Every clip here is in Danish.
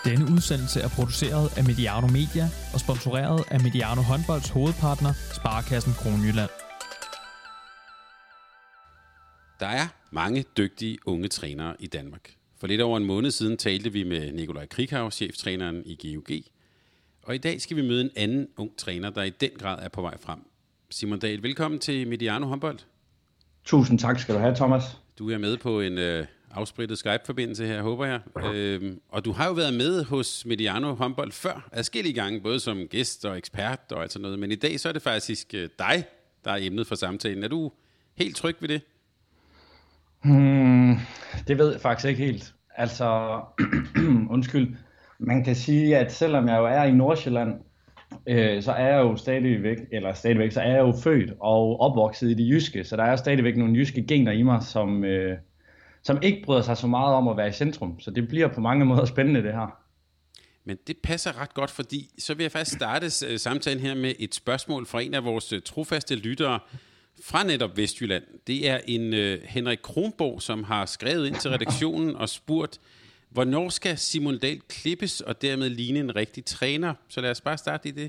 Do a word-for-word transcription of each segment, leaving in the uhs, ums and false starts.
Denne udsendelse er produceret af Mediano Media og sponsoreret af Mediano Håndbolds hovedpartner, Sparekassen Kronjylland. Der er mange dygtige unge trænere i Danmark. For lidt over en måned siden talte vi med Nikolaj Krikau, cheftræneren i G O G. Og i dag skal vi møde en anden ung træner, der i den grad er på vej frem. Simon Dahl, velkommen til Mediano Håndbold. Tusind tak skal du have, Thomas. Du er med på en øh, afsprittet Skype-forbindelse her, håber jeg. Øhm, og du har jo været med hos Mediano Håndbold før, adskillige gange, både som gæst og ekspert og alt sådan noget. Men i dag så er det faktisk øh, dig, der er emnet for samtalen. Er du helt tryg ved det? Hmm, det ved jeg faktisk ikke helt. Altså, undskyld. Man kan sige, at selvom jeg jo er i Nordsjælland, øh, så er jeg jo stadigvæk, eller stadigvæk, så er jeg jo født og opvokset i det jyske. Så der er stadigvæk nogle jyske gener i mig, som, øh, som ikke bryder sig så meget om at være i centrum. Så det bliver på mange måder spændende, det her. Men det passer ret godt, fordi så vil jeg faktisk starte uh, samtalen her med et spørgsmål fra en af vores uh, trofaste lyttere fra netop Vestjylland. Det er en uh, Henrik Kronborg, som har skrevet ind til redaktionen og spurgt, hvornår skal Simon Dahl klippes og dermed ligne en rigtig træner? Så lad os bare starte i det.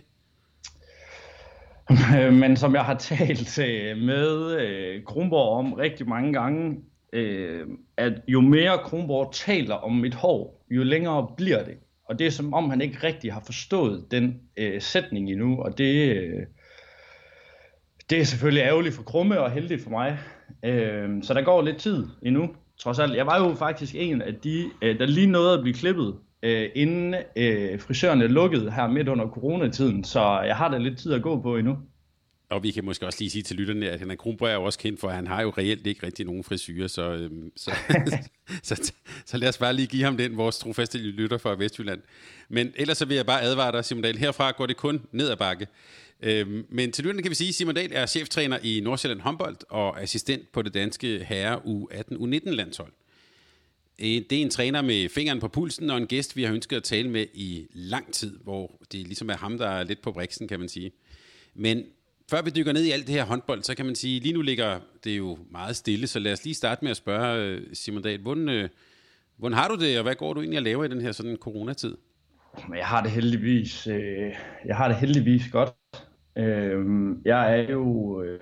Men som jeg har talt med uh, Kronborg om rigtig mange gange, uh, at jo mere Kronborg taler om mit hår, jo længere bliver det. Og det er som om han ikke rigtig har forstået den uh, sætning endnu, og det... Uh, Det er selvfølgelig ærgerligt for Krumme og heldigt for mig, øh, så der går lidt tid endnu, trods alt. Jeg var jo faktisk en af de, øh, der lige nåede at blive klippet, øh, inden øh, frisørerne lukkede her midt under coronatiden, så jeg har da lidt tid at gå på endnu. Og vi kan måske også lige sige til lytterne, at Henrik Kronborg er jo også kendt for, at han har jo reelt ikke rigtig nogen frisyrer, så, øh, så, så, så, så lad os bare lige give ham den, vores trofaste lytter fra Vestjylland. Men ellers så vil jeg bare advare dig, Simon Dahl, herfra går det kun ned ad bakke. Men til lytterne kan vi sige, at Simon Dahl er cheftræner i Nordsjælland Håndbold og assistent på det danske herre U atten U nitten landshold. Det er en træner med fingeren på pulsen og en gæst, vi har ønsket at tale med i lang tid, hvor det ligesom er ham, der er lidt på briksen, kan man sige. Men før vi dykker ned i alt det her håndbold, så kan man sige, lige nu ligger det jo meget stille, så lad os lige starte med at spørge Simon Dahl, hvordan, hvordan har du det, og hvad går du egentlig at lave i den her sådan coronatid? Jeg har det heldigvis, jeg har det heldigvis godt. Jeg er jo øh,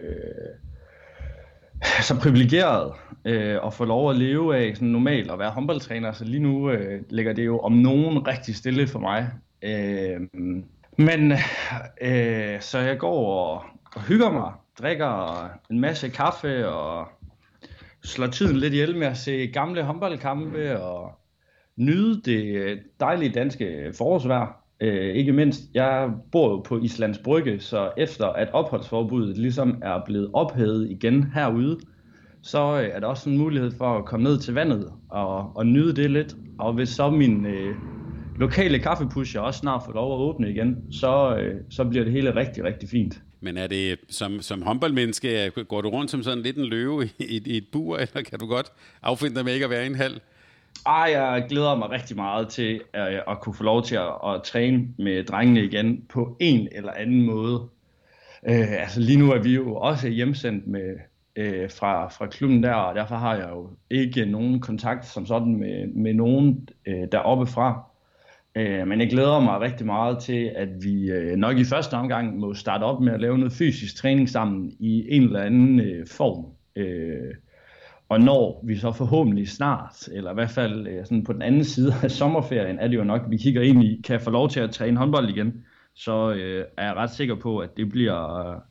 så privilegeret øh, at få lov at leve af sådan normalt at være håndboldtræner, så lige nu øh, ligger det jo om nogen rigtig stille for mig. Øh, men øh, så jeg går og, og hygger mig, drikker en masse kaffe og slår tiden lidt ihjel med at se gamle håndboldkampe og nyde det dejlige danske forårsvejr. Øh, ikke mindst, jeg bor jo på Islands Brygge, så efter at opholdsforbuddet ligesom er blevet ophævet igen herude, så øh, er der også en mulighed for at komme ned til vandet og, og nyde det lidt. Og hvis så min øh, lokale kaffepusher også snart får lov at åbne igen, så, øh, så bliver det hele rigtig, rigtig fint. Men er det som, som håndboldmenneske, går du rundt som sådan lidt en løve i, i, i et bur, eller kan du godt affinde dig med ikke at være i en hal? Ej, jeg glæder mig rigtig meget til at, at kunne få lov til at, at træne med drengene igen på en eller anden måde. Øh, altså lige nu er vi jo også hjemsendt med, øh, fra, fra klubben der, og derfor har jeg jo ikke nogen kontakt som sådan med, med nogen øh, deroppe fra. Øh, men jeg glæder mig rigtig meget til, at vi øh, nok i første omgang må starte op med at lave noget fysisk træning sammen i en eller anden øh, form. Øh, Og når vi så forhåbentlig snart, eller i hvert fald sådan på den anden side af sommerferien, er det jo nok, vi kigger ind i, kan få lov til at træne håndbold igen, så øh, er jeg ret sikker på, at det bliver, øh,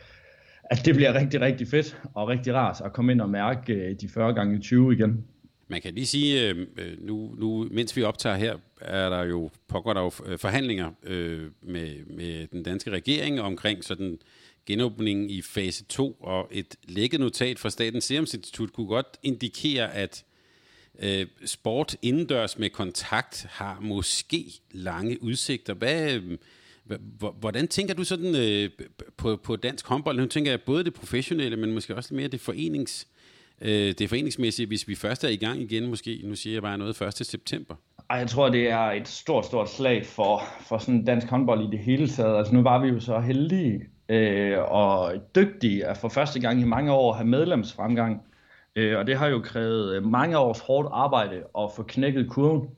at det bliver rigtig, rigtig fedt og rigtig rart at komme ind og mærke øh, de fyrre gange tyve igen. Man kan lige sige, øh, nu, nu mens vi optager her, er der jo, pågår der jo forhandlinger øh, med, med den danske regering omkring sådan genåbningen i fase to, og et lækket notat fra Statens Serum Institut kunne godt indikere, at øh, sport indendørs med kontakt har måske lange udsigter. Hvad, øh, hvordan tænker du sådan øh, på, på dansk håndbold? Nu tænker jeg både det professionelle, men måske også mere det forenings, øh, det foreningsmæssige, hvis vi først er i gang igen, måske, nu siger jeg bare noget første september. Ej, jeg tror, det er et stort, stort slag for, for sådan dansk håndbold i det hele taget. Altså nu var vi jo så heldige, Øh, og dygtige at for første gang i mange år have medlemsfremgang. Øh, og det har jo krævet mange års hårdt arbejde at få knækket kurven.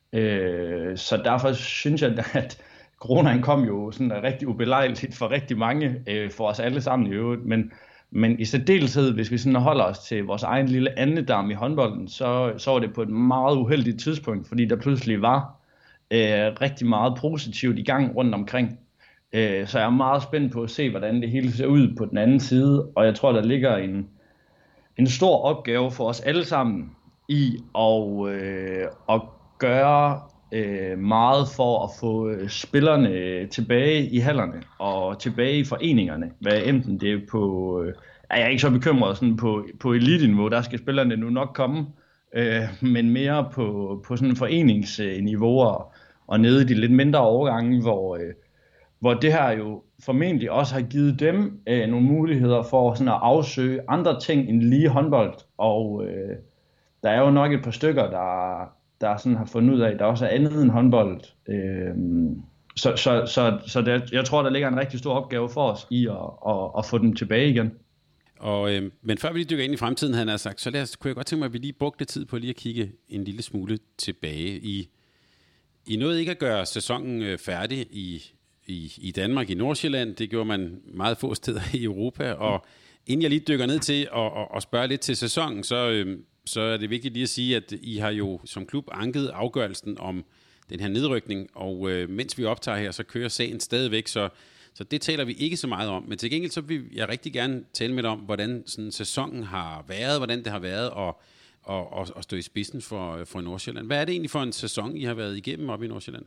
Øh, så derfor synes jeg, at coronaen kom jo sådan rigtig ubelejligt for rigtig mange, øh, for os alle sammen i øvrigt, men, men i særdeleshed, hvis vi sådan holder os til vores egen lille andedam i håndbolden, så, så var det på et meget uheldigt tidspunkt, fordi der pludselig var øh, rigtig meget positivt i gang rundt omkring. Øh, så jeg er meget spændt på at se, hvordan det hele ser ud på den anden side, og jeg tror, der ligger en, en stor opgave for os alle sammen i at, øh, at gøre øh, meget for at få spillerne tilbage i hallerne og tilbage i foreningerne. Hvad enten det er på, øh, er jeg ikke så bekymret sådan på, på elite-niveau, der skal spillerne nu nok komme, øh, men mere på, på sådan foreningsniveauer og nede i de lidt mindre overgange, hvor, øh, hvor det her jo formentlig også har givet dem øh, nogle muligheder for sådan at afsøge andre ting end lige håndbold, og øh, der er jo nok et par stykker, der, der sådan har fundet ud af, at der også er andet end håndbold. Øhm, så så, så, så det, jeg tror, der ligger en rigtig stor opgave for os i at, at, at få dem tilbage igen. Og, øh, men før vi lige dykker ind i fremtiden, han har sagt, så lad os, kunne jeg godt tænke mig, at vi lige brugte tid på lige at kigge en lille smule tilbage. I, I nåede ikke at gøre sæsonen øh, færdig i, i, i Danmark, i Nordsjælland. Det gjorde man meget få steder i Europa. Og inden jeg lige dykker ned til at, at, at spørge lidt til sæsonen, så... Øh, så er det vigtigt lige at sige, at I har jo som klub anket afgørelsen om den her nedrykning, og øh, mens vi optager her, så kører sagen stadigvæk, så, så det taler vi ikke så meget om. Men til gengæld så vil jeg rigtig gerne tale med dig om, hvordan sådan sæsonen har været, hvordan det har været at, at, at, at stå i spidsen for, for Nordsjælland. Hvad er det egentlig for en sæson, I har været igennem oppe i Nordsjælland?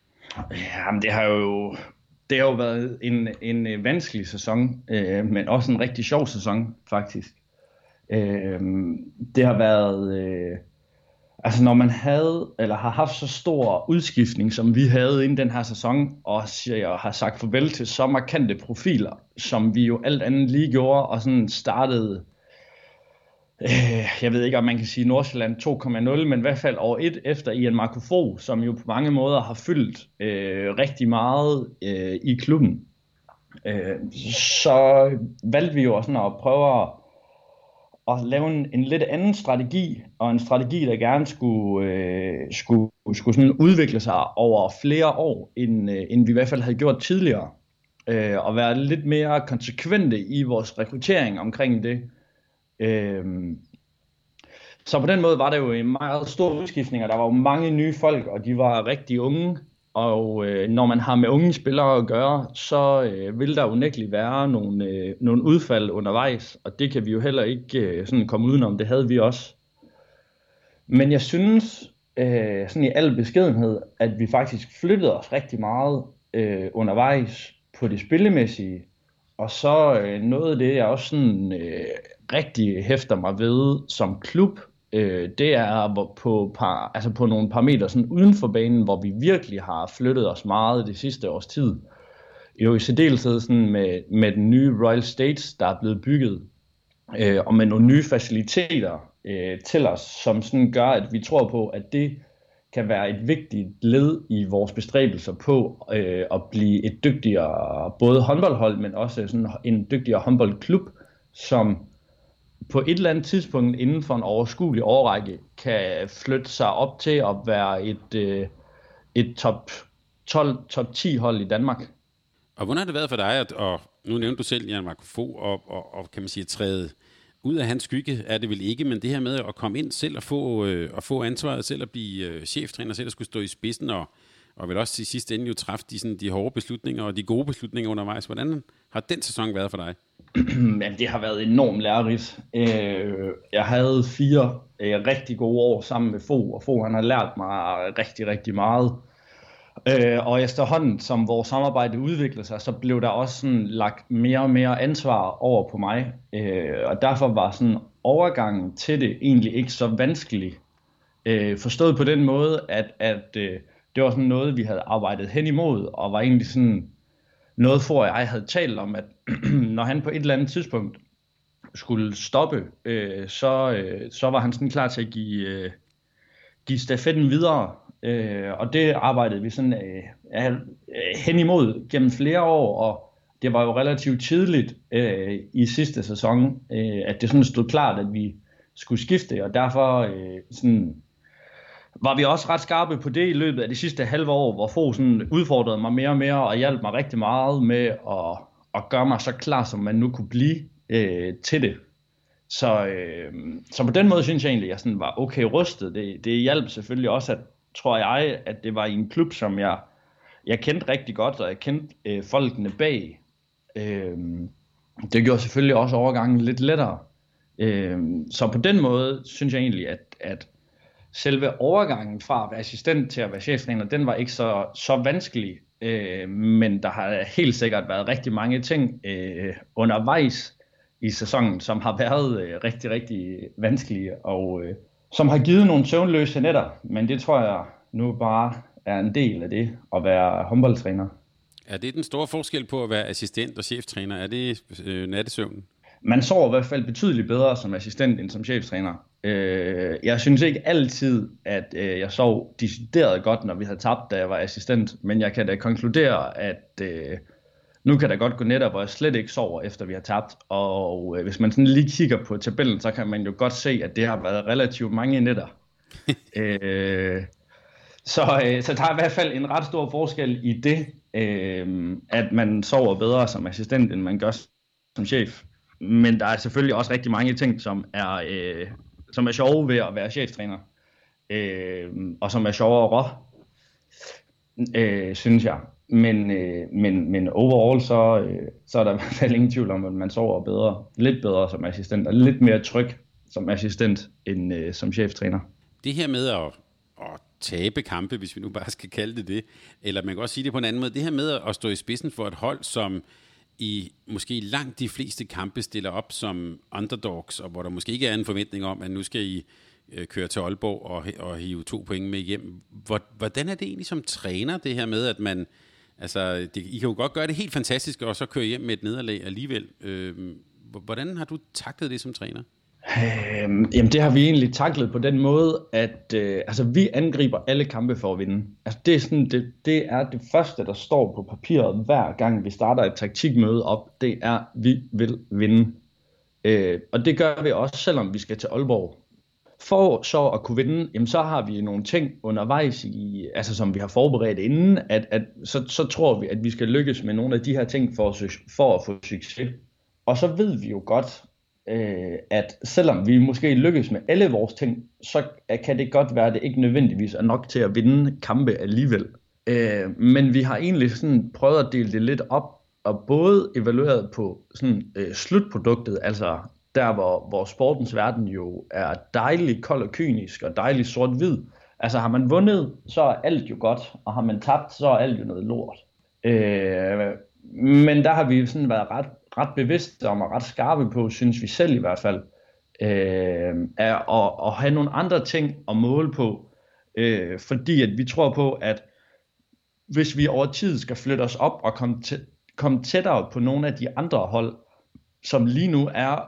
Jamen det har jo, det har jo været en, en vanskelig sæson, øh, men også en rigtig sjov sæson faktisk. Øh, det har været, øh, altså når man havde, eller har haft så stor udskiftning, som vi havde inden den her sæson, og jeg har sagt farvel til så markante profiler, som vi jo alt andet lige gjorde, og sådan startede, øh, jeg ved ikke om man kan sige Nordsjælland to punkt nul, men i hvert fald over et efter Ian Marco Fogh, som jo på mange måder har fyldt øh, rigtig meget øh, i klubben. Øh, så valgte vi jo sådan at prøve at og lave en, en lidt anden strategi, og en strategi, der gerne skulle, øh, skulle, skulle sådan udvikle sig over flere år, end, øh, end vi i hvert fald havde gjort tidligere. Øh, og være lidt mere konsekvente i vores rekruttering omkring det. Øh, så på den måde var det jo en meget stor udskiftning, og der var jo mange nye folk, og de var rigtig unge. Og øh, når man har med unge spillere at gøre, så øh, vil der unægteligt være nogle, øh, nogle udfald undervejs, og det kan vi jo heller ikke øh, sådan komme udenom, det havde vi også. Men jeg synes, øh, sådan i al beskedenhed, at vi faktisk flyttede os rigtig meget øh, undervejs på det spillemæssige, og så øh, noget af det, jeg også sådan øh, rigtig hæfter mig ved som klub, det er på, par, altså på nogle parametre sådan uden for banen, hvor vi virkelig har flyttet os meget det sidste års tid. Jo i særdeleshed sådan med, med den nye Royal States, der er blevet bygget, øh, og med nogle nye faciliteter øh, til os, som sådan gør, at vi tror på, at det kan være et vigtigt led i vores bestræbelser på øh, at blive et dygtigere både håndboldhold, men også sådan en dygtigere håndboldklub, som på et eller andet tidspunkt inden for en overskuelig årrække kan flytte sig op til at være et, øh, et top tolv, top ti hold i Danmark. Og hvordan har det været for dig, at, og nu nævnte du selv Ian Marco Fogh, og, og, og kan man sige at træde ud af hans skygge, er det vel ikke, men det her med at komme ind selv og få, øh, og få ansvaret selv at blive øh, cheftræner, selv at skulle stå i spidsen, og, og vel også i sidste ende jo træffe de, sådan, de hårde beslutninger og de gode beslutninger undervejs. Hvordan har den sæson været for dig? Men det har været enormt lærerigt. Jeg havde fire rigtig gode år sammen med Fogh, og Fogh han har lært mig rigtig, rigtig meget. Og efterhånden, som vores samarbejde udviklede sig, så blev der også sådan lagt mere og mere ansvar over på mig. Og derfor var sådan overgangen til det egentlig ikke så vanskelig. Forstået på den måde, at, at det var sådan noget, vi havde arbejdet hen imod, og var egentlig sådan noget for, jeg havde talt om, at når han på et eller andet tidspunkt skulle stoppe, øh, så, øh, så var han sådan klar til at give, øh, give stafetten videre. Øh, og det arbejdede vi sådan øh, hen imod gennem flere år, og det var jo relativt tidligt øh, i sidste sæson, øh, at det sådan stod klart, at vi skulle skifte, og derfor øh, sådan var vi også ret skarpe på det i løbet af de sidste halve år, hvor Fogh sådan udfordrede mig mere og mere, og hjalp mig rigtig meget med at, at gøre mig så klar, som man nu kunne blive øh, til det. Så, øh, så på den måde synes jeg egentlig, at jeg sådan var okay rustet. Det, det hjalp selvfølgelig også, at, tror jeg, at det var i en klub, som jeg, jeg kendte rigtig godt, og jeg kendte øh, folkene bag. Øh, det gjorde selvfølgelig også overgangen lidt lettere. Øh, så på den måde synes jeg egentlig, at, at selve overgangen fra at være assistent til at være cheftræner, den var ikke så, så vanskelig. Øh, men der har helt sikkert været rigtig mange ting øh, undervejs i sæsonen, som har været øh, rigtig, rigtig vanskelige, og øh, som har givet nogle søvnløse nætter, men det tror jeg nu bare er en del af det at være håndboldtræner. Er det den store forskel på at være assistent og cheftræner? Er det øh, nattesøvnen? Man sover i hvert fald betydeligt bedre som assistent end som cheftræner. Øh, jeg synes ikke altid, at øh, jeg sov decideret godt, når vi havde tabt, da jeg var assistent, men jeg kan da konkludere, at øh, nu kan der godt gå nætter, hvor jeg slet ikke sover, efter vi har tabt. Og øh, hvis man sådan lige kigger på tabellen, så kan man jo godt se, at det har været relativt mange nætter. øh, så, øh, så der er i hvert fald en ret stor forskel i det, øh, at man sover bedre som assistent, end man gør som chef. Men der er selvfølgelig også rigtig mange ting, som er, øh, som er sjove ved at være cheftræner. Øh, og som er sjovere, øh, synes jeg. Men, øh, men, men overall, så, øh, så er der i hvert fald ingen tvivl om, at man sover bedre, lidt bedre som assistent, og lidt mere tryg som assistent, end øh, som cheftræner. Det her med at, at tabe kampe, hvis vi nu bare skal kalde det det, eller man kan også sige det på en anden måde, det her med at stå i spidsen for et hold, som i måske langt de fleste kampe stiller op som underdogs, og hvor der måske ikke er en forventning om, at nu skal I øh, køre til Aalborg og, og hive to point med hjem. Hvordan er det egentlig som træner, det her med, at man, altså, det, I kan jo godt gøre det helt fantastisk, og så køre hjem med et nederlag alligevel. Øh, hvordan har du taklet det som træner? Øhm, jamen det har vi egentlig taklet på den måde, at øh, altså, vi angriber alle kampe for at vinde. Altså, det, er sådan, det, det er det første, der står på papiret hver gang vi starter et taktikmøde op. Det er, vi vil vinde. Øh, og det gør vi også, selvom vi skal til Aalborg. For så at kunne vinde, jamen, så har vi nogle ting undervejs, i, altså, som vi har forberedt inden, at, at så, så tror vi, at vi skal lykkes med nogle af de her ting for, for at få succes. Og så ved vi jo godt, Øh, at selvom vi måske lykkes med alle vores ting, så kan det godt være, at det ikke nødvendigvis er nok til at vinde kampe alligevel. Øh, men vi har egentlig sådan prøvet at dele det lidt op, og både evalueret på sådan, øh, slutproduktet, altså der hvor, hvor sportens verden jo er dejlig kold og kynisk og dejlig sort-hvid. Altså har man vundet, så er alt jo godt, og har man tabt, så er alt jo noget lort. Øh, men der har vi sådan været ret ret bevidste om og ret skarpe på, synes vi selv i hvert fald, øh, er at, at have nogle andre ting at måle på, øh, fordi at vi tror på, at hvis vi over tid skal flytte os op og komme, tæ- komme tættere på nogle af de andre hold, som lige nu er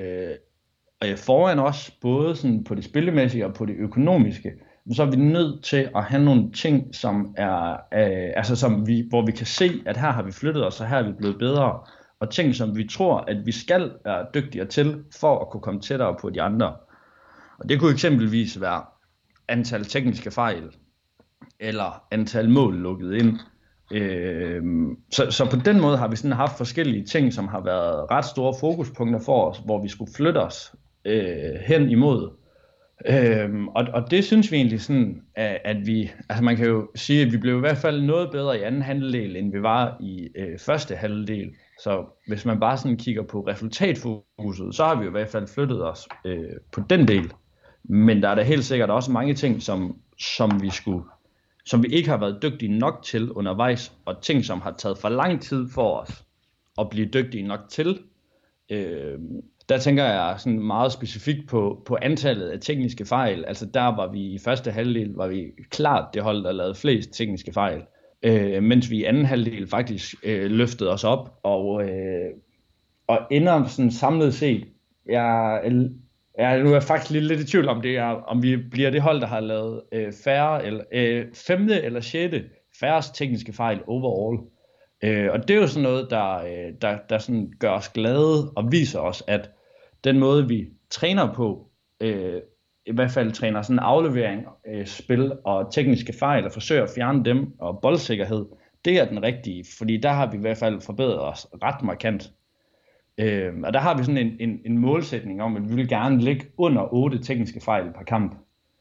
øh, foran os, både sådan på det spillemæssige og på det økonomiske, så er vi nødt til at have nogle ting, som er, øh, altså som vi, hvor vi kan se, at her har vi flyttet os, og her er vi blevet bedre, og ting, som vi tror, at vi skal være dygtigere til, for at kunne komme tættere på de andre. Og det kunne eksempelvis være antal tekniske fejl, eller antal mål lukket ind. Øh, så, så på den måde har vi sådan haft forskellige ting, som har været ret store fokuspunkter for os, hvor vi skulle flytte os øh, hen imod. Øh, og, og det synes vi egentlig sådan, at, at vi, altså man kan jo sige, at vi blev i hvert fald noget bedre i anden halvdel, end vi var i øh, første halvdel. Så hvis man bare sådan kigger på resultatfokuset, så har vi jo i hvert fald flyttet os øh, på den del. Men der er da helt sikkert også mange ting, som, som, vi skulle, som vi ikke har været dygtige nok til undervejs, og ting, som har taget for lang tid for os at blive dygtige nok til. Øh, der tænker jeg sådan meget specifikt på, på antallet af tekniske fejl. Altså der var vi i første halvdel, var vi klart det hold, der lavede flest tekniske fejl. Øh, mens vi i anden halvdel faktisk øh, løftede os op, og, øh, og ender sådan samlet set, jeg, jeg nu er jeg faktisk lidt, lidt i tvivl om det er, om vi bliver det hold, der har lavet øh, færre, eller, øh, femte eller sjette færrest tekniske fejl overall. Øh, og det er jo sådan noget, der, øh, der, der sådan gør os glade, og viser os, at den måde vi træner på, øh, i hvert fald træner sådan aflevering, øh, spil og tekniske fejl og forsøger at fjerne dem og boldsikkerhed, det er den rigtige, fordi der har vi i hvert fald forbedret os ret markant. Øh, og der har vi sådan en, en, en målsætning om, at vi vil gerne ligge under otte tekniske fejl per kamp.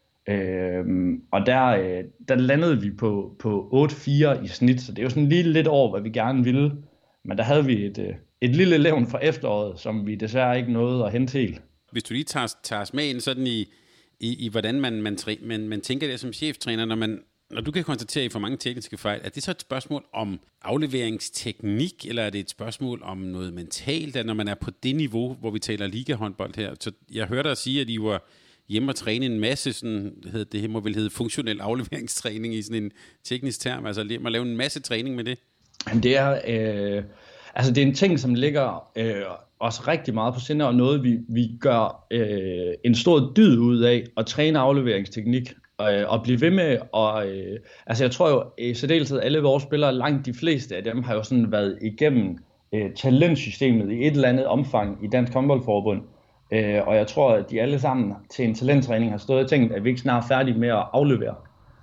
Øh, og der, øh, der landede vi på, på otte fire i snit, så det er jo sådan lige lidt over, hvad vi gerne ville. Men der havde vi et, øh, et lille levn fra efteråret, som vi desværre ikke nåede at hente helt. Hvis du lige tager, tager os med ind sådan i, i, i hvordan man, man, man, man tænker det som cheftræner, når, man, når du kan konstatere, at I får mange tekniske fejl, er det så et spørgsmål om afleveringsteknik, eller er det et spørgsmål om noget mentalt, når man er på det niveau, hvor vi taler ligahåndbold her? Så jeg hørte dig sige, at I var hjemme og træne en masse, sådan, det her må vel hedde funktionel afleveringstræning i sådan en teknisk term, altså hjemme og lave en masse træning med det? Det er, øh, altså det er en ting, som ligger øh, os rigtig meget på sinde, og noget vi, vi gør øh, en stor dyd ud af at træne afleveringsteknik, øh, og blive ved med, og øh, altså jeg tror jo i særdeleshed alle vores spillere, langt de fleste af dem har jo sådan været igennem øh, talentsystemet i et eller andet omfang i Dansk Håndboldforbund, øh, og jeg tror at de alle sammen til en talenttræning har stået og tænkt, at vi ikke snart er færdige med at aflevere.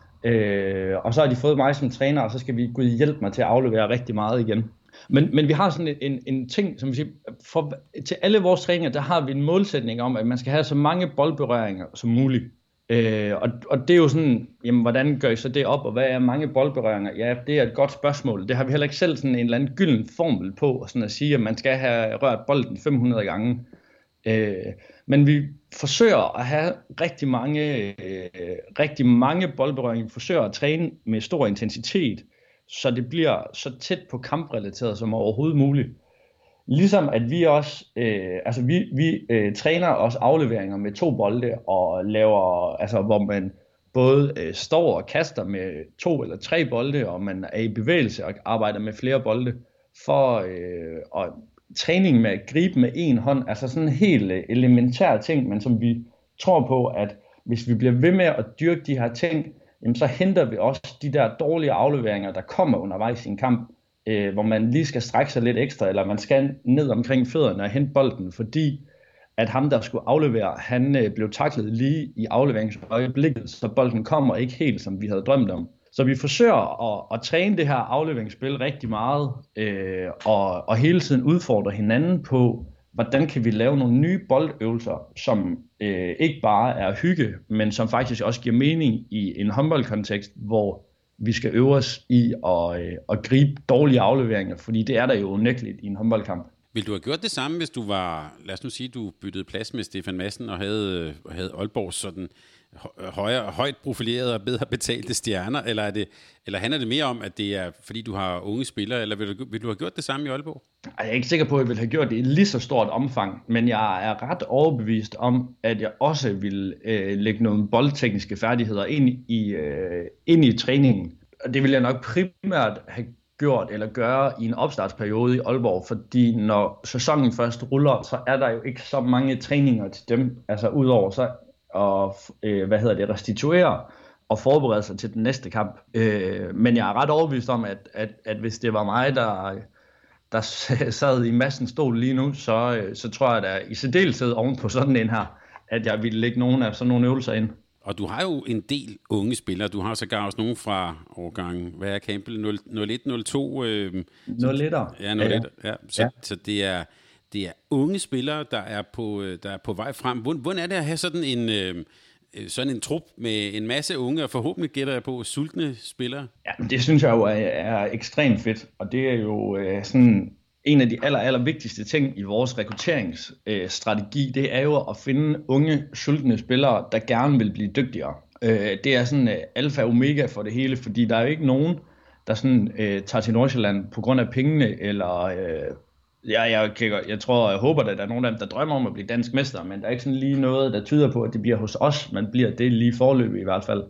Øh, og så har de fået mig som træner, og så skal vi Gud hjælpe mig til at aflevere rigtig meget igen. Men, men vi har sådan en, en, en ting, som vi siger, for, til alle vores træninger, der har vi en målsætning om, at man skal have så mange boldberøringer som muligt. Øh, og, og det er jo sådan, jamen hvordan gør I så det op, og hvad er mange boldberøringer? Ja, det er et godt spørgsmål. Det har vi heller ikke selv sådan en eller anden gylden formel på, sådan at sige, at man skal have rørt bolden fem hundrede gange. Øh, men vi forsøger at have rigtig mange, øh, rigtig mange boldberøringer. Vi forsøger at træne med stor intensitet, så det bliver så tæt på kamprelateret som overhovedet muligt. Ligesom at vi også, øh, altså vi, vi øh, træner også afleveringer med to bolde og laver, altså hvor man både øh, står og kaster med to eller tre bolde, og man er i bevægelse og arbejder med flere bolde for øh, og træning med at gribe med en hånd, altså sådan en helt elementær ting, men som vi tror på, at hvis vi bliver ved med at dyrke de her ting, jamen så henter vi også de der dårlige afleveringer, der kommer undervejs i en kamp, øh, hvor man lige skal strække sig lidt ekstra, eller man skal ned omkring fødderne og hente bolden, fordi at ham, der skulle aflevere, han øh, blev taklet lige i afleveringsøjeblikket, så bolden kommer ikke helt, som vi havde drømt om. Så vi forsøger at, at træne det her afleveringsspil rigtig meget, øh, og, og hele tiden udfordre hinanden på, hvordan kan vi lave nogle nye boldøvelser, som øh, ikke bare er hygge, men som faktisk også giver mening i en håndboldkontekst, hvor vi skal øve os i at, øh, at gribe dårlige afleveringer, fordi det er der jo unægteligt i en håndboldkamp. Vil du have gjort det samme, hvis du var, lad os nu sige, du byttede plads med Stefan Madsen og havde, og havde Aalborgs sådan højere, højt profilerede og bedre betalte stjerner, eller, er det, eller handler det mere om, at det er, fordi du har unge spillere, eller vil du, vil du have gjort det samme i Aalborg? Jeg er ikke sikker på, at jeg ville have gjort det i lige så stort omfang, men jeg er ret overbevist om, at jeg også vil øh, lægge nogle boldtekniske færdigheder ind i, øh, ind i træningen. Og det vil jeg nok primært have gjort eller gøre i en opstartsperiode i Aalborg, fordi når sæsonen først ruller, så er der jo ikke så mange træninger til dem, altså udover så og øh, hvad hedder det, restituere og forberede sig til den næste kamp. Øh, men jeg er ret overbevist om, at, at, at hvis det var mig, der, der sad i massen stol lige nu, så, så tror jeg, at i særdeleshed oven på sådan en her, at jeg ville lægge nogle af sådan nogle øvelser ind. Og du har jo en del unge spillere. Du har sågar også nogle fra årgang, hvad er Campbell, nul et nul to? Øh, nul etter. Ja, nul et. Ja. Så, ja. så det er... Det er unge spillere, der er på, der er på vej frem. Hvordan er det at have sådan en, øh, sådan en trup med en masse unge, og forhåbentlig gætter jeg på sultne spillere? Ja, det synes jeg jo er, er ekstremt fedt, og det er jo øh, sådan en af de aller, aller vigtigste ting i vores rekrutteringsstrategi, øh, det er jo at finde unge, sultne spillere, der gerne vil blive dygtigere. Øh, det er sådan øh, alfa og omega for det hele, fordi der er jo ikke nogen, der sådan øh, tager til Nordsjælland på grund af pengene, eller... Øh, Ja, jeg, jeg, jeg tror, jeg håber, at der er nogen af dem, der drømmer om at blive dansk mester, men der er ikke sådan lige noget, der tyder på, at det bliver hos os. Man bliver det lige forløbig i hvert fald.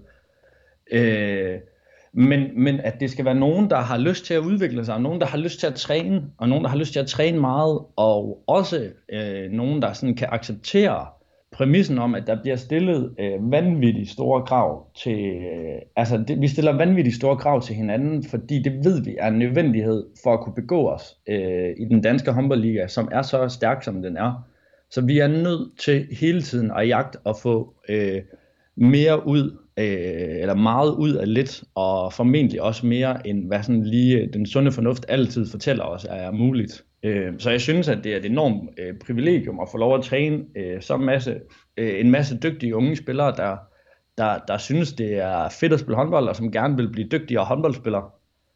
Øh, men, men at det skal være nogen, der har lyst til at udvikle sig, nogen, der har lyst til at træne, og nogen, der har lyst til at træne meget, og også øh, nogen, der sådan kan acceptere præmissen om, at der bliver stillet øh, vanvittigt store krav til, øh, altså det, vi stiller vanvittigt store krav til hinanden, fordi det ved vi er en nødvendighed for at kunne begå os øh, i den danske håndboldliga, som er så stærk, som den er. Så vi er nødt til hele tiden at jagte at få øh, mere ud, øh, eller meget ud af lidt, og formentlig også mere end hvad sådan lige den sunde fornuft altid fortæller os er muligt. Øh, så jeg synes, at det er et enormt øh, privilegium at få lov at træne øh, så masse, øh, en masse dygtige unge spillere, der, der, der synes, det er fedt at spille håndbold, og som gerne vil blive dygtigere håndboldspillere.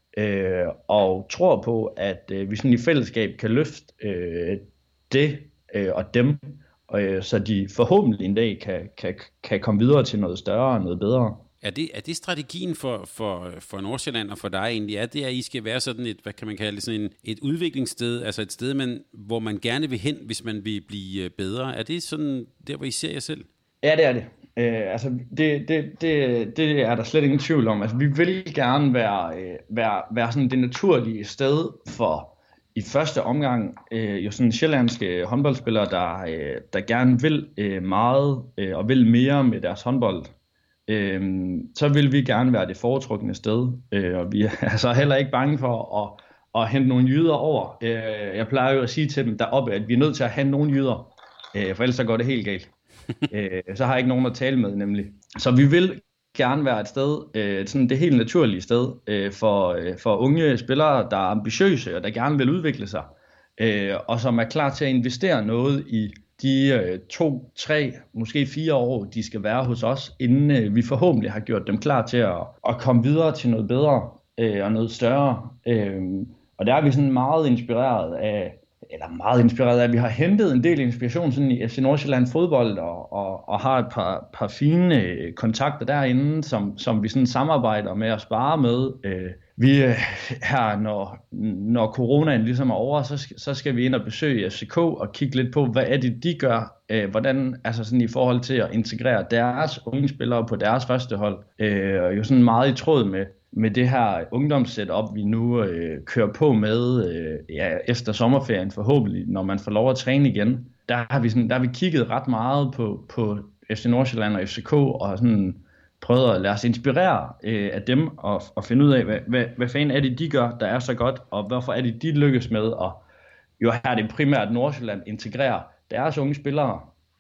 Øh, og tror på, at øh, vi sådan i fællesskab kan løfte øh, det øh, og dem, øh, så de forhåbentlig en dag kan, kan, kan komme videre til noget større og noget bedre. Er det, er det strategien for, for, for Nordsjælland og for dig egentlig? Er det, at I skal være sådan et, hvad kan man kalde det, sådan en, et udviklingssted, altså et sted, man, hvor man gerne vil hen, hvis man vil blive bedre? Er det sådan der, hvor I ser jer selv? Ja, det er det. Øh, altså, det, det, det, det er der slet ingen tvivl om. Altså, vi vil gerne være, øh, være, være sådan det naturlige sted for i første omgang øh, jo sådan sjællandske håndboldspillere, der, øh, der gerne vil øh, meget øh, og vil mere med deres håndbold. Øh, så vil vi gerne være det foretrukne sted, øh, og vi er altså heller ikke bange for at, at hente nogle jyder over. Øh, jeg plejer jo at sige til dem deroppe, at vi er nødt til at have nogle jyder, øh, for ellers så går det helt galt. øh, så har jeg ikke nogen at tale med nemlig. Så vi vil gerne være et sted, øh, sådan det helt naturlige sted øh, for, øh, for unge spillere, der er ambitiøse og der gerne vil udvikle sig, øh, og som er klar til at investere noget i de øh, to, tre, måske fire år, de skal være hos os, inden øh, vi forhåbentlig har gjort dem klar til at, at komme videre til noget bedre øh, og noget større. Øh, og der er vi sådan meget inspireret af, eller meget inspireret af, at vi har hentet en del inspiration sådan i F C Nordsjælland fodbold, og, og, og har et par, par fine øh, kontakter derinde, som, som vi sådan samarbejder med og sparer med. Øh, vi øh, her, når, når coronaen ligesom er over, så, så skal vi ind og besøge F C K og kigge lidt på, hvad er det, de gør, øh, hvordan, altså sådan i forhold til at integrere deres unge spillere på deres første hold, øh, og jo sådan meget i tråd med, med det her ungdomssetup, vi nu øh, kører på med øh, ja, efter sommerferien forhåbentlig, når man får lov at træne igen. Der har vi, sådan, der har vi kigget ret meget på, på F C Nordsjælland og F C K, og sådan prøvet at lade os inspirere øh, af dem, og, og finde ud af, hvad, hvad, hvad fanden er det, de gør, der er så godt, og hvorfor er det, de lykkes med, og jo her er det primært Nordsjælland integrerer deres unge spillere.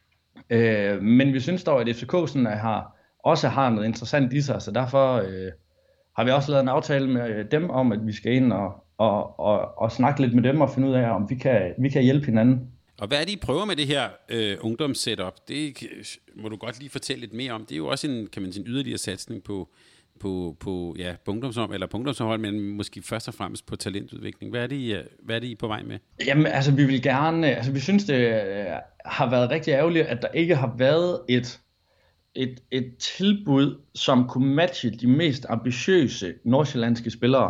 Øh, men vi synes dog, at F C K sådan, har, også har noget interessant i sig, så derfor øh, har vi også lavet en aftale med dem om, at vi skal ind og, og, og, og snakke lidt med dem og finde ud af, om vi kan, vi kan hjælpe hinanden. Og hvad er det, I prøver med det her øh, ungdomssetup? Det må du godt lige fortælle lidt mere om. Det er jo også en, kan man sige, en yderligere satsning på, på, på, ja, på ungdomshold, eller på ungdomshold, men måske først og fremmest på talentudvikling. Hvad er det, I, hvad er det, I er på vej med? Jamen, altså, vi vil gerne, altså, vi synes, det har været rigtig ærgerligt, at der ikke har været et, et, et tilbud, som kunne matche de mest ambitiøse nordsjællandske spillere.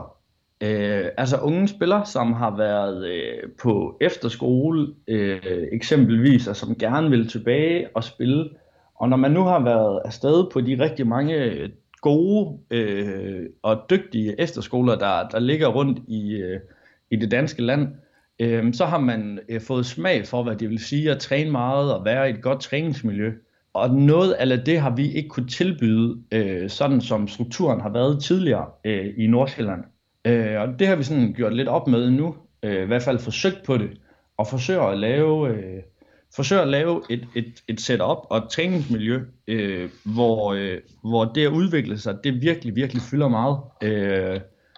Øh, altså unge spillere, som har været øh, på efterskole øh, eksempelvis, og som gerne vil tilbage og spille. Og når man nu har været afsted på de rigtig mange gode øh, og dygtige efterskoler, der, der ligger rundt i, øh, i det danske land, øh, så har man øh, fået smag for, hvad det vil sige at træne meget og være i et godt træningsmiljø. Og noget af det har vi ikke kunne tilbyde, øh, sådan som strukturen har været tidligere øh, i Nordsjælland. Øh, og det har vi sådan gjort lidt op med nu, øh, i hvert fald forsøgt på det, og forsøger at lave, øh, forsøger at lave et, et, et setup og et træningsmiljø, øh, hvor, øh, hvor det at udvikle sig, det virkelig, virkelig fylder meget. Øh,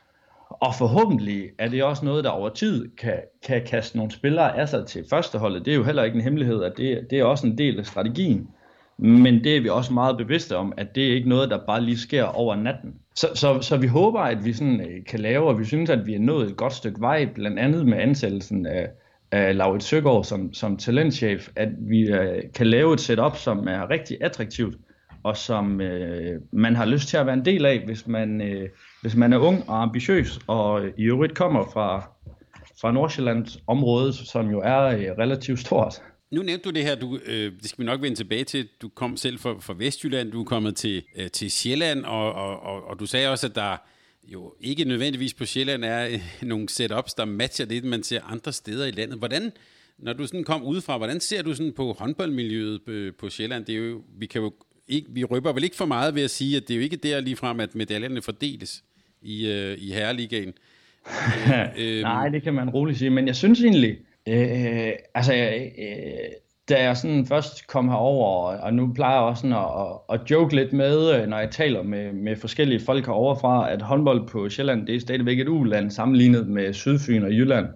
og forhåbentlig er det også noget, der over tid kan, kan kaste nogle spillere af sig til førsteholdet. Det er jo heller ikke en hemmelighed, at det, det er også en del af strategien. Men det er vi også meget bevidste om, at det er ikke noget, der bare lige sker over natten. Så, så, så vi håber, at vi sådan kan lave, og vi synes, at vi er nået et godt stykke vej, blandt andet med ansættelsen af, af Laurits Søgaard som, som talentchef, at vi uh, kan lave et setup, som er rigtig attraktivt, og som uh, man har lyst til at være en del af, hvis man, uh, hvis man er ung og ambitiøs, og i øvrigt kommer fra, fra Nordsjællands område, som jo er uh, relativt stort. Nu nævnte du det her, du, øh, det skal vi nok vende tilbage til. Du kom selv fra, fra Vestjylland, du er kommet til, øh, til Sjælland, og, og, og, og du sagde også, at der jo ikke nødvendigvis på Sjælland er øh, nogle setups, der matcher det, man ser andre steder i landet. Hvordan, når du sådan kom udefra, hvordan ser du sådan på håndboldmiljøet på, på Sjælland? Det er jo, vi kan jo ikke, vi røber vel ikke for meget ved at sige, at det er jo ikke der ligefrem, at medaljerne fordeles i, øh, i herreligaen. øh, Nej, det kan man roligt sige, men jeg synes egentlig, Øh, altså, øh, da jeg sådan først kom herover, og nu plejer jeg også sådan at, at joke lidt med, når jeg taler med, med forskellige folk herovre fra, at håndbold på Sjælland, det er stadigvæk et u-land sammenlignet med Sydfyn og Jylland.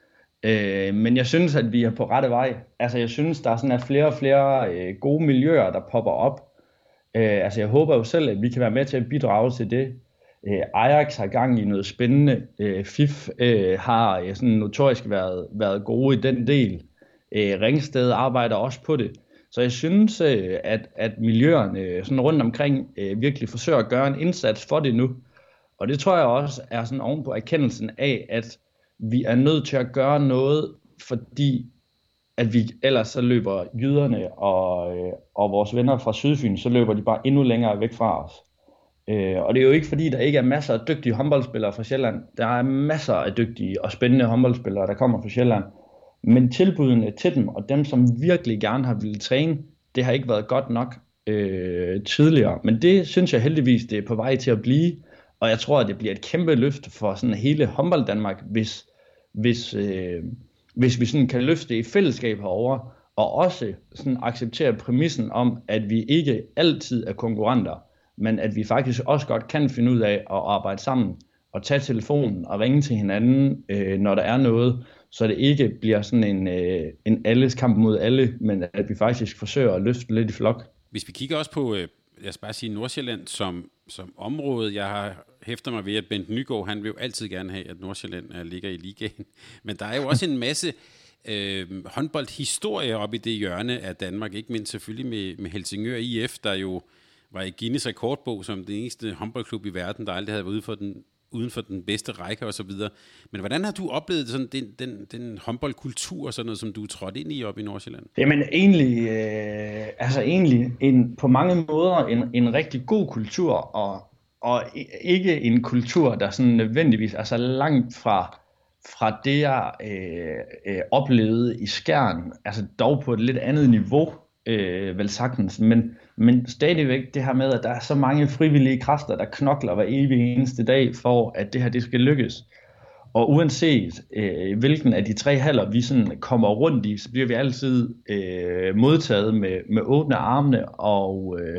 Øh, men jeg synes, at vi er på rette vej. Altså jeg synes, der er sådan er flere og flere øh, gode miljøer, der popper op. Øh, altså jeg håber jo selv, at vi kan være med til at bidrage til det. Øh, Ajax har gang i noget spændende. Øh, F I F øh, har øh, sådan notorisk været, været gode i den del. Øh, Ringsted arbejder også på det. Så jeg synes, øh, at, at miljøerne øh, sådan rundt omkring øh, virkelig forsøger at gøre en indsats for det nu. Og det tror jeg også er sådan ovenpå erkendelsen af, at vi er nødt til at gøre noget, fordi at vi ellers så løber jyderne og, øh, og vores venner fra Sydfyn, så løber de bare endnu længere væk fra os. Øh, og det er jo ikke fordi, der ikke er masser af dygtige håndboldspillere fra Sjælland. Der er masser af dygtige og spændende håndboldspillere, der kommer fra Sjælland. Men tilbudene til dem, og dem som virkelig gerne har ville træne, det har ikke været godt nok øh, tidligere. Men det synes jeg heldigvis, det er på vej til at blive. Og jeg tror, at det bliver et kæmpe løft for sådan hele håndbold Danmark, hvis, hvis, øh, hvis vi sådan kan løfte i fællesskab herover og også sådan acceptere præmissen om, at vi ikke altid er konkurrenter, men at vi faktisk også godt kan finde ud af at arbejde sammen og tage telefonen og ringe til hinanden, øh, når der er noget, så det ikke bliver sådan en, øh, en alles kamp mod alle, men at vi faktisk forsøger at løfte lidt i flok. Hvis vi kigger også på, øh, lad os bare sige Nordsjælland som, som område, jeg har hæfter mig ved, at Bent Nygaard, han vil jo altid gerne have, at Nordsjælland ligger i ligaen, men der er jo også en masse øh, håndboldhistorie op i det hjørne af Danmark, ikke mindst selvfølgelig med, med Helsingør I F, der jo var i Guinness rekordbog som den eneste håndboldklub i verden, der aldrig havde været ude for den, uden for den bedste række og så videre. Men hvordan har du oplevet sådan den, den, den håndboldkultur, sådan noget, som du er trådt ind i op i Nordsjælland? Jamen egentlig, øh, altså egentlig en, på mange måder en, en rigtig god kultur, og, og ikke en kultur, der sådan nødvendigvis er så langt fra, fra det, jeg øh, øh, oplevede i Skjern, altså dog på et lidt andet niveau, øh, vel sagtens, men, men stadigvæk det her med, at der er så mange frivillige kræfter, der knokler hver evig eneste dag for, at det her det skal lykkes. Og uanset øh, hvilken af de tre haller vi sådan kommer rundt i, så bliver vi altid øh, modtaget med, med åbne armene og, øh,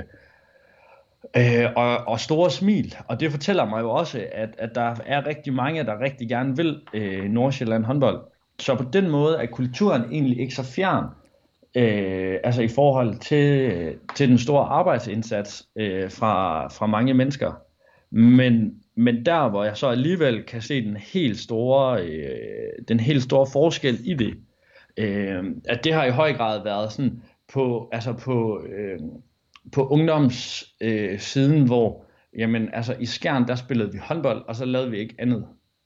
øh, og, og store smil. Og det fortæller mig jo også, at, at der er rigtig mange, der rigtig gerne vil øh, Nordsjælland håndbold. Så på den måde er kulturen egentlig ikke så fjern. Øh, altså i forhold til, til den store arbejdsindsats øh, fra, fra mange mennesker. Men, men der hvor jeg så alligevel kan se den helt store, øh, den helt store forskel i det, øh, at det har i høj grad været sådan på, altså på, øh, på ungdomssiden, øh, hvor jamen, altså i Skjern der spillede vi håndbold, og så lavede vi ikke andet.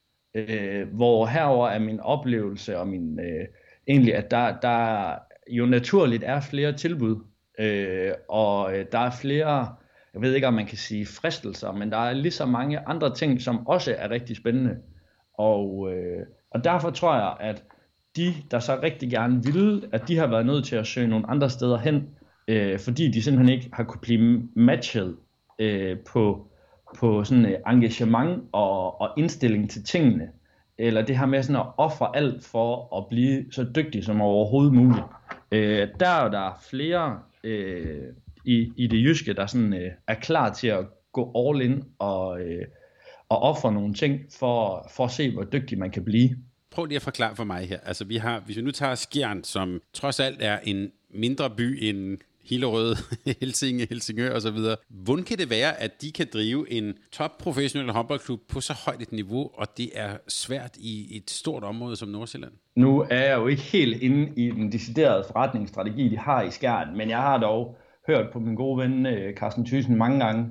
Øh, hvor herover er min oplevelse og min øh, egentlig at der der jo naturligt er flere tilbud, øh, og der er flere, jeg ved ikke om man kan sige fristelser, men der er lige så mange andre ting, som også er rigtig spændende. Og, øh, og derfor tror jeg, at de, der så rigtig gerne ville, at de har været nødt til at søge nogle andre steder hen, øh, fordi de simpelthen ikke har kunne blive matchet øh, på, på sådan et engagement og, og indstilling til tingene. Eller det her med sådan at ofre alt for at blive så dygtig som overhovedet muligt. Øh, der er der flere øh, i, i det jyske, der sådan, øh, er klar til at gå all in og, øh, og ofre nogle ting for, for at se, hvor dygtig man kan blive. Prøv lige at forklare for mig her. Altså, vi har, hvis vi nu tager Skjern, som trods alt er en mindre by end Hillerød, Helsinge, Helsingør osv. Hvordan kan det være, at de kan drive en topprofessionel håndboldklub på så højt et niveau, og det er svært i et stort område som Nordsjælland? Nu er jeg jo ikke helt inde i den deciderede forretningsstrategi, de har i Skjern, men jeg har dog hørt på min gode ven Carsten Thyssen mange gange.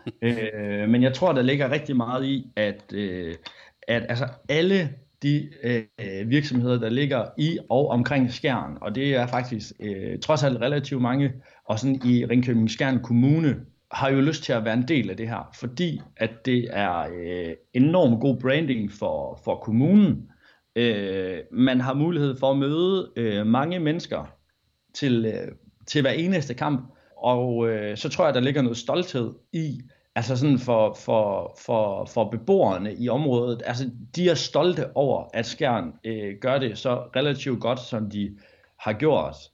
øh, men jeg tror, der ligger rigtig meget i, at, øh, at altså alle de øh, virksomheder, der ligger i og omkring Skjern, og det er faktisk øh, trods alt relativt mange, og sådan i Ringkøbing-Skjern Kommune, har jo lyst til at være en del af det her, fordi at det er øh, enormt god branding for, for kommunen. Øh, man har mulighed for at møde øh, mange mennesker til, øh, til hver eneste kamp, og øh, så tror jeg, der ligger noget stolthed i, altså sådan for, for, for, for beboerne i området, altså de er stolte over, at Skjern øh, gør det så relativt godt, som de har gjort.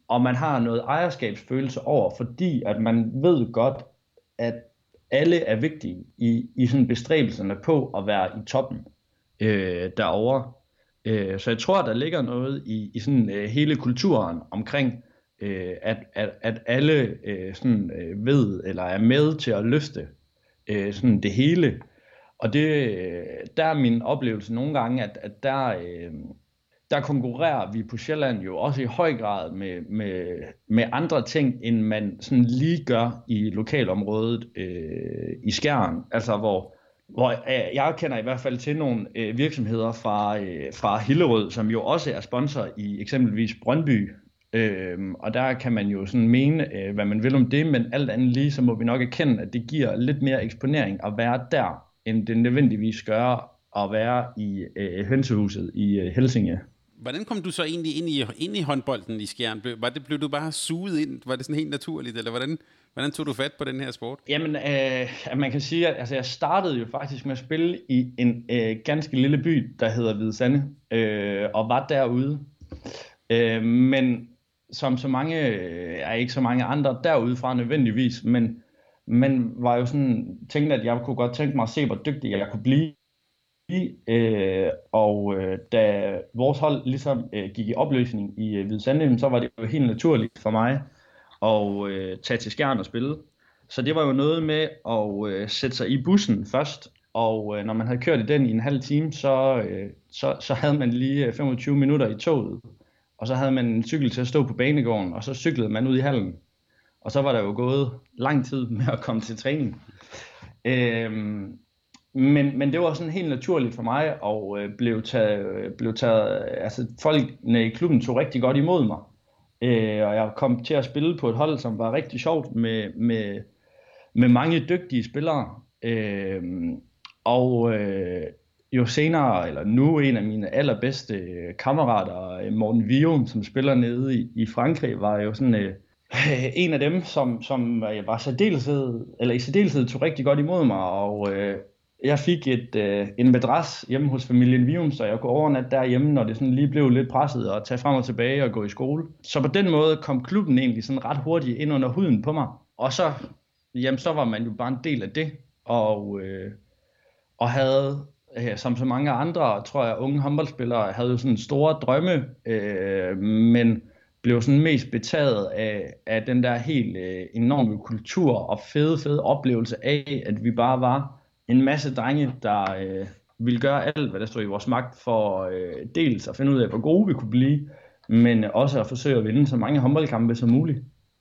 og man har noget ejerskabsfølelse over, fordi at man ved godt, at alle er vigtige i, i sådan bestræbelserne på at være i toppen øh, derovre. Øh, så jeg tror, der ligger noget i, i sådan øh, hele kulturen omkring, øh, at, at, at alle øh, sådan, øh, ved eller er med til at løfte øh, sådan det hele. Og det, der er min oplevelse nogle gange, at, at der, øh, der konkurrerer vi på Sjælland jo også i høj grad med, med, med andre ting, end man sådan lige gør i lokalområdet øh, i Skjern. Altså hvor, hvor øh, jeg kender i hvert fald til nogle øh, virksomheder fra, øh, fra Hillerød, som jo også er sponsor i eksempelvis Brøndby. Øh, og der kan man jo sådan mene, øh, hvad man vil om det, men alt andet lige, så må vi nok erkende, at det giver lidt mere eksponering at være der, end det nødvendigvis gør at være i øh, hønsehuset i øh, Helsinge. Hvordan kom du så egentlig ind i, ind i håndbolden i Skjern? Var det, blev du bare suget ind? Var det sådan helt naturligt? Eller hvordan, hvordan tog du fat på den her sport? Jamen, øh, man kan sige, at altså, jeg startede jo faktisk med at spille i en øh, ganske lille by, der hedder Hvide Sande, øh, og var derude. Øh, men som så mange, øh, er ikke så mange andre derudefra nødvendigvis, men men var jo sådan, tænkte, at jeg kunne godt tænke mig at se, hvor dygtig jeg kunne blive. Øh, og øh, da vores hold ligesom øh, gik i opløsning i øh, Hvide Sande, så var det jo helt naturligt for mig at øh, tage til Skjern og spille. Så det var jo noget med at øh, sætte sig i bussen først, og øh, når man havde kørt i den i en halv time, så, øh, så, så havde man lige femogtyve minutter i toget, og så havde man en cykel til at stå på banegården, og så cyklede man ud i hallen. Og så var der jo gået lang tid med at komme til træning. Øhm, men, men det var sådan helt naturligt for mig, og øh, blev taget, blev taget, altså folkene i klubben tog rigtig godt imod mig. Øh, og jeg kom til at spille på et hold, som var rigtig sjovt med, med, med mange dygtige spillere. Øh, og øh, jo senere, eller nu en af mine allerbedste kammerater, Morten Vium, som spiller nede i, i Frankrig, var jo sådan øh, en af dem, som, som var særdeleshed, eller i særdeleshed tog rigtig godt imod mig, og øh, jeg fik et, øh, en madras hjemme hos familien Vium, så jeg kunne overnatte derhjemme, når det sådan lige blev lidt presset, og tage frem og tilbage og gå i skole. Så på den måde kom klubben egentlig sådan ret hurtigt ind under huden på mig, og så, jamen, så var man jo bare en del af det, og, øh, og havde, øh, som så mange andre, tror jeg, unge håndboldspillere, havde jo sådan store drømme, øh, men blev sådan mest betaget af, af den der helt øh, enorme kultur og fede, fede oplevelse af, at vi bare var en masse drenge, der øh, ville gøre alt, hvad der stod i vores magt for øh, dels at finde ud af, hvor gode vi kunne blive, men også at forsøge at vinde så mange håndboldkampe som muligt.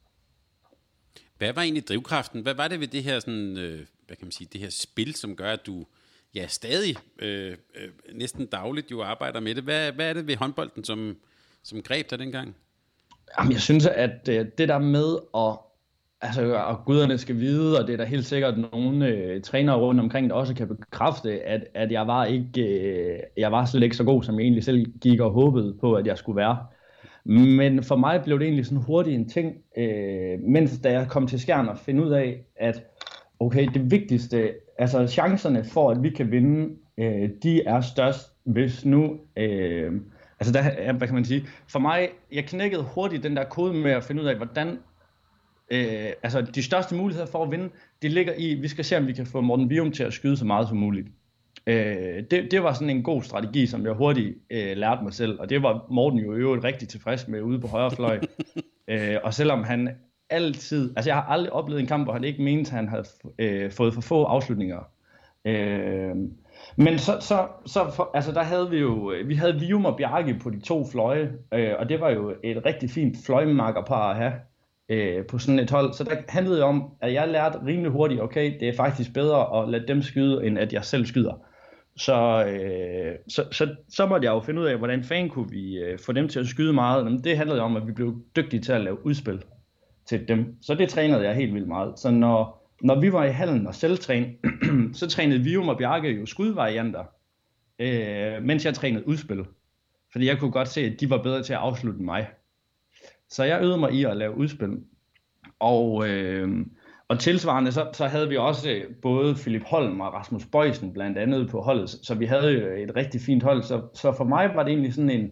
Hvad var egentlig drivkraften? Hvad var det ved det her, sådan, øh, hvad kan man sige, det her spil, som gør, at du ja, stadig øh, øh, næsten dagligt jo arbejder med det? Hvad, hvad er det ved håndbolden, som, som greb dig dengang? Jamen, jeg synes, at det der med at, altså, og guderne skal vide, og det er der helt sikkert nogle øh, trænere rundt omkring, der også kan bekræfte, at, at jeg var ikke, øh, jeg var slet ikke så god, som jeg egentlig selv gik og håbede på, at jeg skulle være. Men for mig blev det egentlig sådan hurtigt en ting, øh, mens da jeg kom til Skjern og finde ud af, at okay, det vigtigste, altså chancerne for, at vi kan vinde, øh, de er størst, hvis nu... Øh, Altså, der, hvad kan man sige? For mig, jeg knækkede hurtigt den der kode med at finde ud af, hvordan... Øh, altså, de største muligheder for at vinde, det ligger i, vi skal se, om vi kan få Morten Vium til at skyde så meget som muligt. Øh, det, det var sådan en god strategi, som jeg hurtigt øh, lærte mig selv, og det var Morten jo i øvrigt rigtig tilfreds med ude på højre fløj. øh, og selvom han altid... Altså, jeg har aldrig oplevet en kamp, hvor han ikke mente, at han havde øh, fået for få afslutninger. Øh, Men så, så, så for, altså der havde vi jo, vi havde Vium og Bjarke på de to fløje, øh, og det var jo et rigtig fint fløjmarkerpar at have øh, på sådan et hold. Så der handlede det om, at jeg lærte rimelig hurtigt, okay, det er faktisk bedre at lade dem skyde, end at jeg selv skyder. Så, øh, så, så, så måtte jeg jo finde ud af, hvordan fanden kunne vi øh, få dem til at skyde meget. Men det handlede om, at vi blev dygtige til at lave udspil til dem. Så det trænede jeg helt vildt meget. Så når Når vi var i hallen og selvtræne, så trænede Vium og Bjarke jo skudvarianter, øh, mens jeg trænede udspil. Fordi jeg kunne godt se, at de var bedre til at afslutte mig. Så jeg øvede mig i at lave udspil. Og, øh, og tilsvarende, så, så havde vi også både Philip Holm og Rasmus Bøjsen blandt andet på holdet. Så vi havde jo et rigtig fint hold. Så, så for mig var det egentlig sådan en,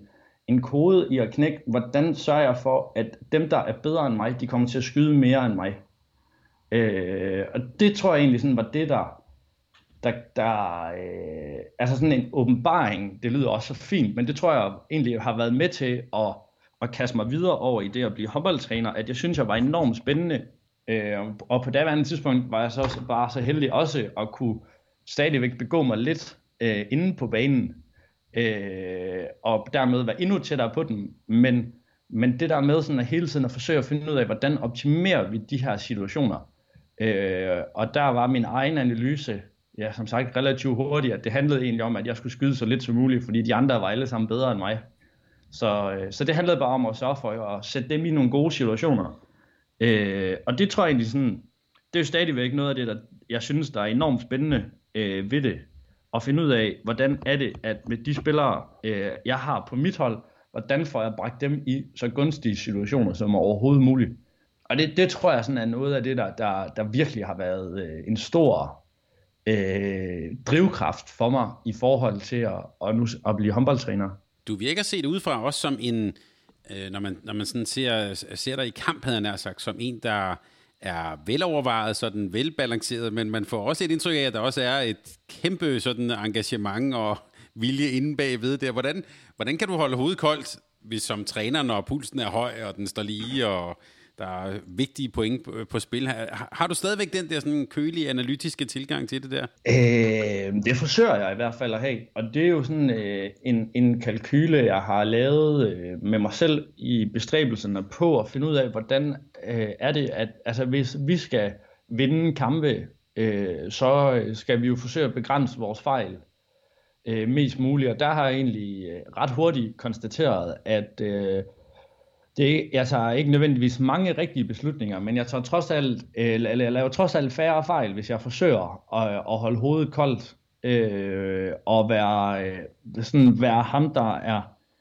en kode i at knække, hvordan sørger jeg for, at dem, der er bedre end mig, de kommer til at skyde mere end mig. Øh, og det tror jeg egentlig sådan var det, der, der, der øh, altså sådan en åbenbaring, det lyder også så fint, men det tror jeg egentlig har været med til at, at kaste mig videre over i det at blive håndboldtræner, at jeg synes, jeg var enormt spændende. Øh, og på daværende tidspunkt var jeg så bare så heldig også at kunne stadigvæk begå mig lidt øh, inde på banen, øh, og dermed være endnu tættere på den, men, men det der med sådan at hele tiden at forsøge at finde ud af, hvordan optimerer vi de her situationer, øh, og der var min egen analyse, ja, som sagt relativt hurtigt, at det handlede egentlig om, at jeg skulle skyde så lidt som muligt, fordi de andre var alle sammen bedre end mig, så, øh, så det handlede bare om at sørge for at sætte dem i nogle gode situationer, øh, og det tror jeg egentlig sådan, det er jo stadigvæk noget af det, der jeg synes, der er enormt spændende øh, ved det, at finde ud af, hvordan er det, at med de spillere, øh, jeg har på mit hold, hvordan får jeg bragt dem i så gunstige situationer som overhovedet muligt. Og det, det tror jeg sådan er noget af det, der, der, der virkelig har været øh, en stor øh, drivkraft for mig i forhold til at, at, nu, at blive håndboldtræner. Du virker set udefra også som en, øh, når man, når man sådan ser, ser dig i kamp, havde jeg nær sagt, som en, der er velovervejet, sådan velbalanceret, men man får også et indtryk af, at der også er et kæmpe sådan engagement og vilje inde bagved der. Hvordan, hvordan kan du holde hovedet koldt, hvis som træner, når pulsen er høj, og den står lige, og der er vigtige point på, på spil? Har, har du stadigvæk den der sådan kølige, analytiske tilgang til det der? Øh, det forsøger jeg i hvert fald at have, og det er jo sådan øh, en, en kalkyle, jeg har lavet øh, med mig selv i bestræbelserne på at finde ud af, hvordan øh, er det, at altså, hvis vi skal vinde kampe, øh, så skal vi jo forsøge at begrænse vores fejl øh, mest muligt, og der har jeg egentlig øh, ret hurtigt konstateret, at øh, det, jeg tager ikke nødvendigvis mange rigtige beslutninger, men jeg tager trods alt, eller jeg laver trods alt færre fejl, hvis jeg forsøger at, at holde hovedet koldt øh, og være, øh, sådan være ham, der er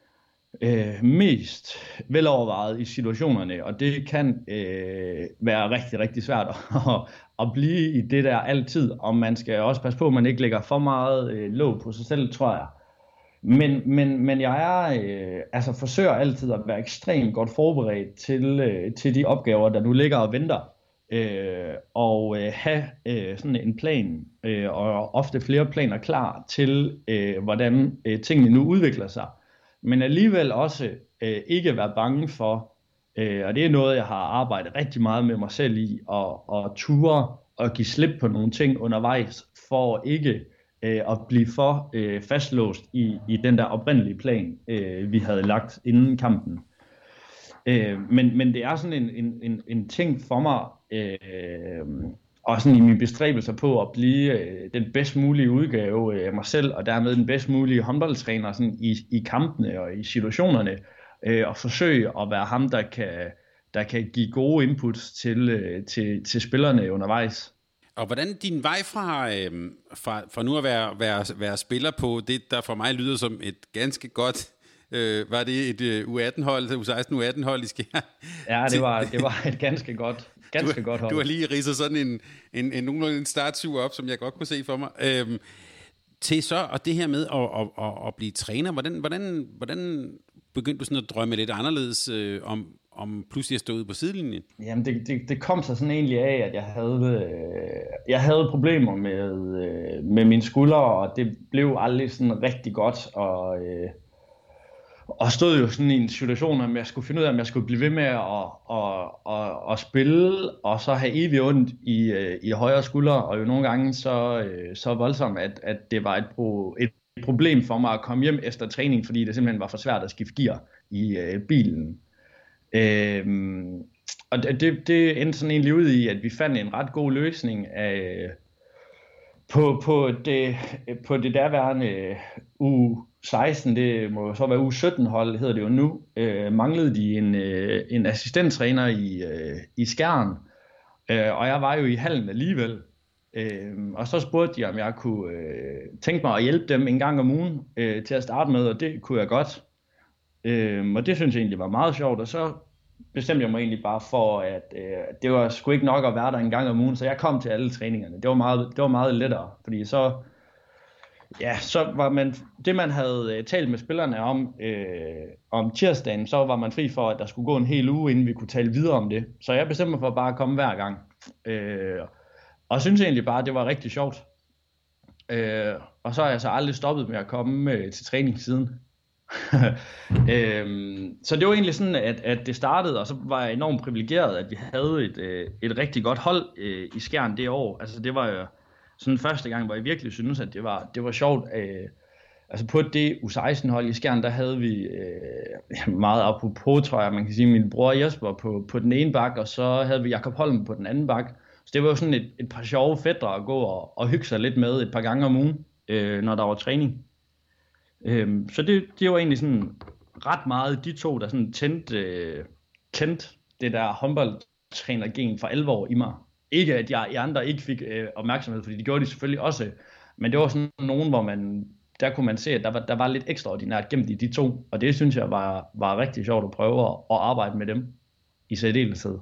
øh, mest velovervejet i situationerne, og det kan øh, være rigtig, rigtig svært at, at blive i det der altid, og man skal også passe på, at man ikke lægger for meget øh, låg på sig selv, tror jeg. Men, men, men jeg er, øh, altså forsøger altid at være ekstremt godt forberedt til, øh, til de opgaver, der nu ligger og venter. Øh, og øh, have øh, sådan en plan, øh, og ofte flere planer klar til, øh, hvordan øh, tingene nu udvikler sig. Men alligevel også øh, ikke være bange for, øh, og det er noget, jeg har arbejdet rigtig meget med mig selv i, og, og ture og give slip på nogle ting undervejs, for ikke at blive for øh, fastlåst i, i den der oprindelige plan, øh, vi havde lagt inden kampen. Øh, men, men det er sådan en, en, en, en ting for mig, øh, og sådan i mine bestræbelser på at blive øh, den bedst mulige udgave af mig selv, og dermed den bedst mulige håndboldtræner sådan i, i kampene og i situationerne, øh, og forsøge at være ham, der kan, der kan give gode inputs til, øh, til, til spillerne undervejs. Og hvordan din vej fra, øh, fra, fra nu at være, være, være spiller på det, der for mig lyder som et ganske godt, øh, var det et øh, U atten-hold, U seksten U atten-hold i Skjern? Ja, det var, det var et ganske godt, ganske du, godt hold. Du har lige ridset sådan en, en, en, en, en startsuge op, som jeg godt kunne se for mig. Øhm, til så, og det her med at, at, at, at blive træner, hvordan, hvordan, hvordan begyndte du sådan at drømme lidt anderledes øh, om, om pludselig at stå ude på sidelinjen? Jamen det, det, det kom så sådan egentlig af, at jeg havde, øh, jeg havde problemer med, øh, med mine skuldre, og det blev aldrig sådan rigtig godt, og, øh, og stod jo sådan i en situation, at jeg skulle finde ud af, om jeg skulle blive ved med at, at, at, at spille, og så have evigt ondt i, i højre skuldre, og jo nogle gange så, så voldsomt, at, at det var et, pro, et problem for mig at komme hjem efter træning, fordi det simpelthen var for svært at skifte gear i øh, bilen. Øhm, og det, det endte sådan egentlig ud i, at vi fandt en ret god løsning af, på, på, det, på det derværende U seksten, det må så være U sytten hold, hedder det jo nu, øh, manglede de en, øh, en assistenttræner i, øh, i Skjern, øh, og jeg var jo i hallen alligevel, øh, og så spurgte de, om jeg kunne øh, tænke mig at hjælpe dem en gang om ugen øh, til at starte med, og det kunne jeg godt. Øh, og det synes jeg egentlig var meget sjovt, og så bestemte jeg mig egentlig bare for, at øh, det var sgu ikke nok at være der en gang om ugen, så jeg kom til alle træningerne. Det var meget, det var meget lettere, fordi så, Ja, så var man, det man havde øh, talt med spillerne om, øh, om tirsdagen, så var man fri for, at der skulle gå en hel uge, inden vi kunne tale videre om det. Så jeg bestemte mig for bare at komme hver gang. Øh, og synes egentlig bare, at det var rigtig sjovt. Øh, og så har jeg så aldrig stoppet med at komme øh, til træning siden. øhm, så det var egentlig sådan, at, at det startede, og så var jeg enormt privilegeret, at vi havde et, øh, et rigtig godt hold øh, i Skjern det år. Altså det var jo sådan første gang, hvor jeg virkelig synes, at det var, det var sjovt. Øh, altså på det U seksten hold i Skjern, der havde vi øh, meget apropos, tror jeg, man kan sige, min bror Jesper på, på den ene bak, og så havde vi Jakob Holm på den anden bak. Så det var jo sådan et, et par sjove fætre at gå og, og hygge sig lidt med et par gange om ugen, øh, når der var træning. Øhm, så det, det var egentlig sådan ret meget de to, der sådan tændte, øh, tændte det der håndboldtrænergen for alvor i mig. Ikke at jeg i andre ikke fik øh, opmærksomhed, fordi det gjorde de selvfølgelig også, men det var sådan nogen, hvor man, der kunne man se, at der var, der var lidt ekstraordinært gemt i de to, og det synes jeg var, var rigtig sjovt at prøve at, at arbejde med dem i særdeleshed.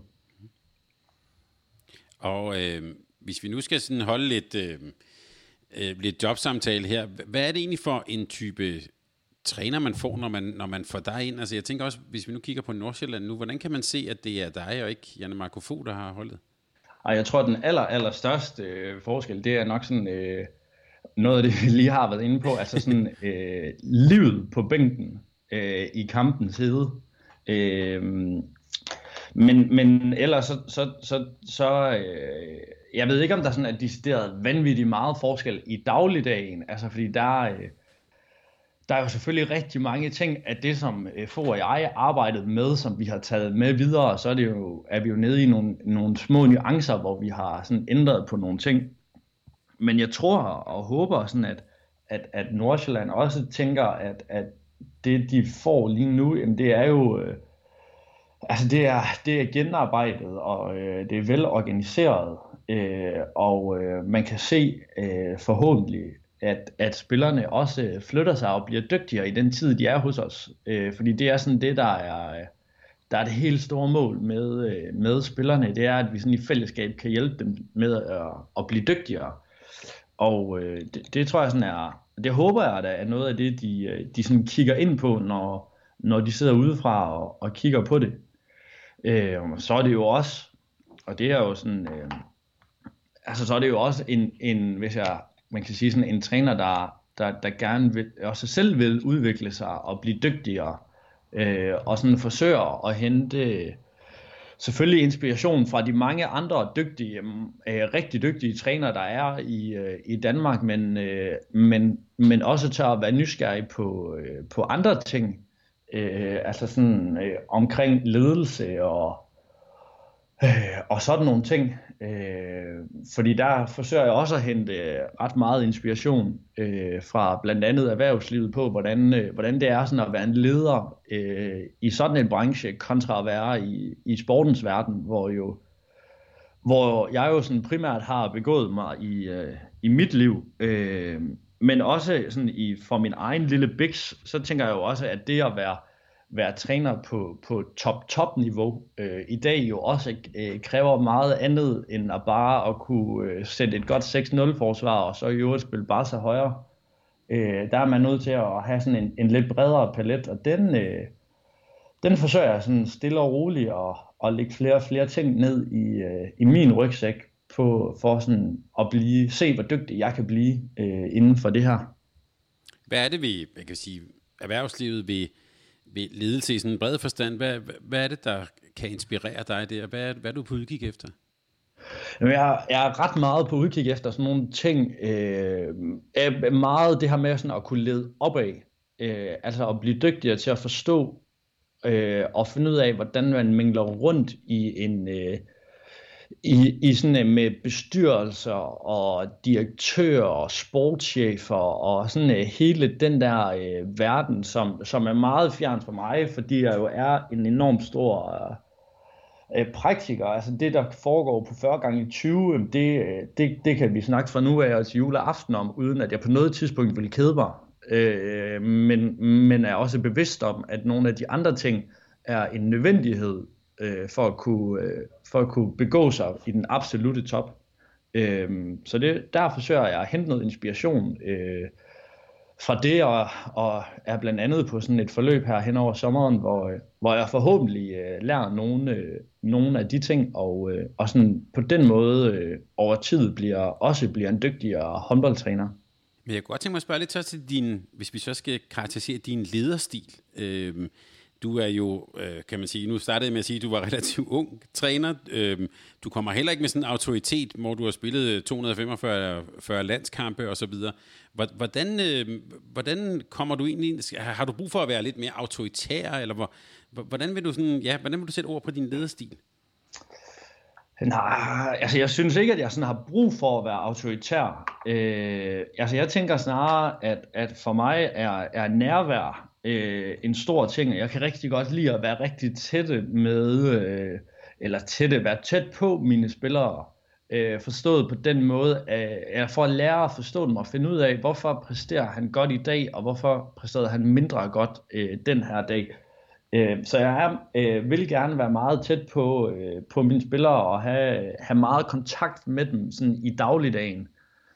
Og øh, hvis vi nu skal sådan holde lidt... Øh lidt jobsamtale her. Hvad er det egentlig for en type træner, man får, når man, når man får dig ind? Altså jeg tænker også, hvis vi nu kigger på Nordsjælland nu, hvordan kan man se, at det er dig og ikke Janne Marco Fogh, der har holdet? Ej, jeg tror, at den aller, aller største øh, forskel, det er nok sådan øh, noget af det, vi lige har været inde på, altså sådan øh, livet på bænken øh, i kampens hede. Øh, men, men ellers så, så, så, så øh, jeg ved ikke, om der sådan er decideret vanvittigt meget forskel i dagligdagen, altså fordi der, øh, der er jo selvfølgelig rigtig mange ting af det, som øh, Fogh og jeg arbejdede med, som vi har taget med videre, så er, det jo, er vi jo nede i nogle, nogle små nuancer, hvor vi har sådan ændret på nogle ting. Men jeg tror og håber sådan, at, at, at Nordsjælland også tænker, at, at det de får lige nu, jamen det er jo... Øh, Altså det er, det er genarbejdet, og øh, det er velorganiseret, øh, og øh, man kan se øh, forhåbentlig, at, at spillerne også flytter sig og bliver dygtigere i den tid, de er hos os. Øh, fordi det er sådan det, der er, der er det helt store mål med, øh, med spillerne, det er, at vi sådan i fællesskab kan hjælpe dem med at, at blive dygtigere. Og øh, det, det tror jeg sådan er, det håber jeg da er noget af det, de, de sådan kigger ind på, når, når de sidder udefra og, og kigger på det. Øh, så er det jo også, og det er jo sådan, øh, altså så er det jo også en, en hvis jeg, man kan sige sådan en træner, der, der, der gerne vil, også selv vil udvikle sig og blive dygtigere, øh, og sådan forsøger at hente selvfølgelig inspiration fra de mange andre dygtige, øh, rigtig dygtige trænere, der er i, øh, i Danmark, men, øh, men, men også tør at være nysgerrig på, øh, på andre ting. Øh, altså sådan øh, omkring ledelse og, øh, og sådan nogle ting. Øh, fordi der forsøger jeg også at hente ret meget inspiration øh, fra blandt andet erhvervslivet på, hvordan, øh, hvordan det er sådan at være en leder øh, i sådan en branche, kontra at være i, i sportens verden, hvor, jo, hvor jeg jo sådan primært har begået mig i, øh, i mit liv. Øh, Men også sådan i, for min egen lille biks, så tænker jeg jo også, at det at være, være træner på, på top-top-niveau øh, i dag jo også øh, kræver meget andet, end at bare at kunne øh, sætte et godt seks nul forsvar, og så i øvrigt spille bare så højere. Øh, der er man nødt til at have sådan en, en lidt bredere palet, og den, øh, den forsøger jeg sådan stille og roligt at, at lægge flere og flere ting ned i, øh, i min rygsæk, på, for sådan at blive, se hvor dygtig jeg kan blive øh, inden for det her. Hvad er det ved, jeg kan sige, erhvervslivet ved, ved ledelse i sådan en bred forstand? Hvad, hvad er det, der kan inspirere dig der? Hvad er, hvad er du på udkig efter? Jeg, jeg er ret meget på udkig efter sådan nogle ting. Øh, meget det her med sådan at kunne lede opad. Øh, altså at blive dygtigere til at forstå øh, og finde ud af, hvordan man mingler rundt i en... Øh, I, i sådan med bestyrelser og direktører og sportschefer og sådan uh, hele den der uh, verden, som, som er meget fjern for mig, fordi jeg jo er en enormt stor uh, uh, praktiker. Altså det, der foregår på fyrre gange tyve, det, det, det kan vi snakke fra nu af og til juleaften om, uden at jeg på noget tidspunkt vil kede mig. Uh, men, men er også bevidst om, at nogle af de andre ting er en nødvendighed, for at kunne for at kunne begå sig i den absolute top. Så det, der forsøger jeg at hente noget inspiration fra det, og, og er blandt andet på sådan et forløb her hen over sommeren, hvor, hvor jeg forhåbentlig øh, lærer nogle, øh, nogle af de ting, og, øh, og sådan på den måde øh, over tid bliver, også bliver en dygtigere håndboldtræner. Men jeg kunne godt tænke mig at spørge lidt så til din, hvis vi så skal karakterisere din lederstil. Øhm, du er jo, øh, kan man sige, nu startede jeg med at sige, at du var relativt ung træner. Øhm, du kommer heller ikke med sådan en autoritet, hvor du har spillet to hundrede og femogfyrre landskampe osv. Hvordan, øh, hvordan kommer du egentlig ind? Har du brug for at være lidt mere autoritær, eller hvor, hvordan vil du sådan, ja, hvordan vil du sætte ord på din lederstil? Nej, altså jeg synes ikke, at jeg sådan har brug for at være autoritær. Øh, altså jeg tænker snarere, at, at for mig er, er nærvær øh, en stor ting. Jeg kan rigtig godt lide at være rigtig tætte med, øh, eller tætte, være tæt på mine spillere. Øh, forstået på den måde, at for at lære at forstå dem og finde ud af, hvorfor præsterer han godt i dag, og hvorfor præsterede han mindre godt øh, den her dag. Så jeg er, øh, vil gerne være meget tæt på, øh, på mine spillere og have, have meget kontakt med dem sådan i dagligdagen.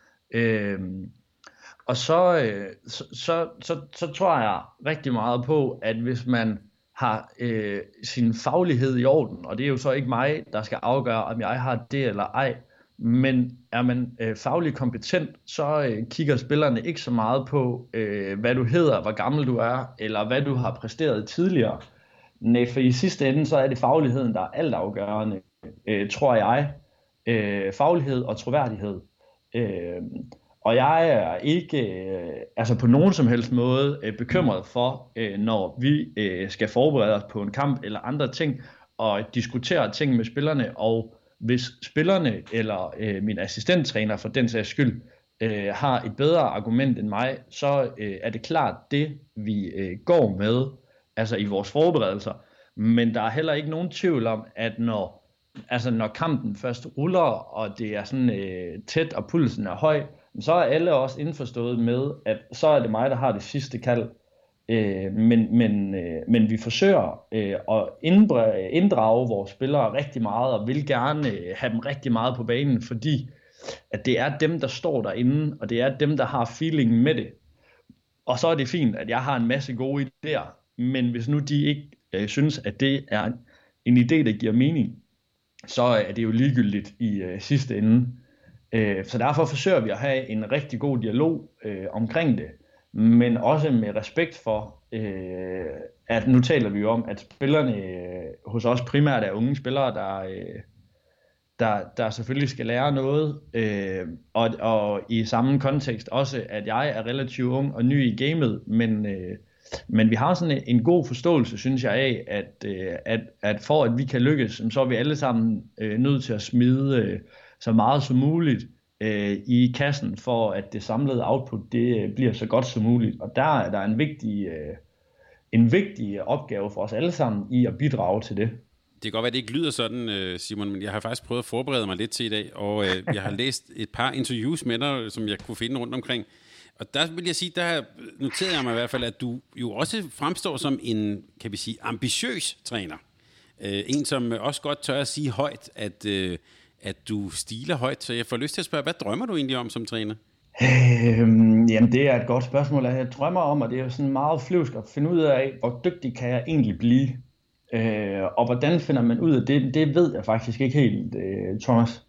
Øh, og så, øh, så, så, så, så tror jeg rigtig meget på, at hvis man har øh, sin faglighed i orden, og det er jo så ikke mig, der skal afgøre, om jeg har det eller ej, men er man øh, fagligt kompetent, så øh, kigger spillerne ikke så meget på, øh, hvad du hedder, hvor gammel du er, eller hvad du har præsteret tidligere. Nej, for i sidste ende, så er det fagligheden, der er altafgørende, øh, tror jeg. Øh, faglighed og troværdighed. Øh, og jeg er ikke øh, altså på nogen som helst måde øh, bekymret for, øh, når vi øh, skal forberede os på en kamp eller andre ting, og diskutere ting med spillerne, og hvis spillerne eller øh, min assistenttræner for den sags skyld øh, har et bedre argument end mig, så øh, er det klart det, vi øh, går med, altså i vores forberedelser. Men der er heller ikke nogen tvivl om, at når, altså når kampen først ruller, og det er sådan øh, tæt, og pulsen er høj, så er alle også indforstået med, at så er det mig, der har det sidste kald. Øh, men, men, øh, men vi forsøger øh, at indbre, inddrage vores spillere rigtig meget, og vil gerne øh, have dem rigtig meget på banen, fordi at det er dem, der står derinde, og det er dem, der har feelingen med det. Og så er det fint, at jeg har en masse gode idéer, men hvis nu de ikke øh, synes, at det er en idé, der giver mening, så er det jo ligegyldigt i øh, sidste ende. Øh, så derfor forsøger vi at have en rigtig god dialog øh, omkring det, men også med respekt for, øh, at nu taler vi jo om, at spillerne øh, hos os primært er unge spillere, der, øh, der, der selvfølgelig skal lære noget, øh, og, og i samme kontekst også, at jeg er relativt ung og ny i gamet, men, øh, men vi har sådan en, en god forståelse, synes jeg af, at, øh, at, at for at vi kan lykkes, så er vi alle sammen øh, nødt til at smide øh, så meget som muligt i kassen, for at det samlede output det bliver så godt som muligt. Og der er der en vigtig, en vigtig opgave for os alle sammen i at bidrage til det. Det kan godt være, at det ikke lyder sådan, Simon, men jeg har faktisk prøvet at forberede mig lidt til i dag, og jeg har læst et par interviews med dig, som jeg kunne finde rundt omkring. Og der vil jeg sige, der noterede jeg mig i hvert fald, at du jo også fremstår som en, kan vi sige, ambitiøs træner. En, som også godt tør at sige højt, at at du stiler højt, så jeg får lyst til at spørge, hvad drømmer du egentlig om som træner? Øhm, jamen det er et godt spørgsmål, jeg drømmer om, og det er jo sådan meget flyvsk at finde ud af, hvor dygtig kan jeg egentlig blive, øh, og hvordan finder man ud af det, det ved jeg faktisk ikke helt, øh, Thomas.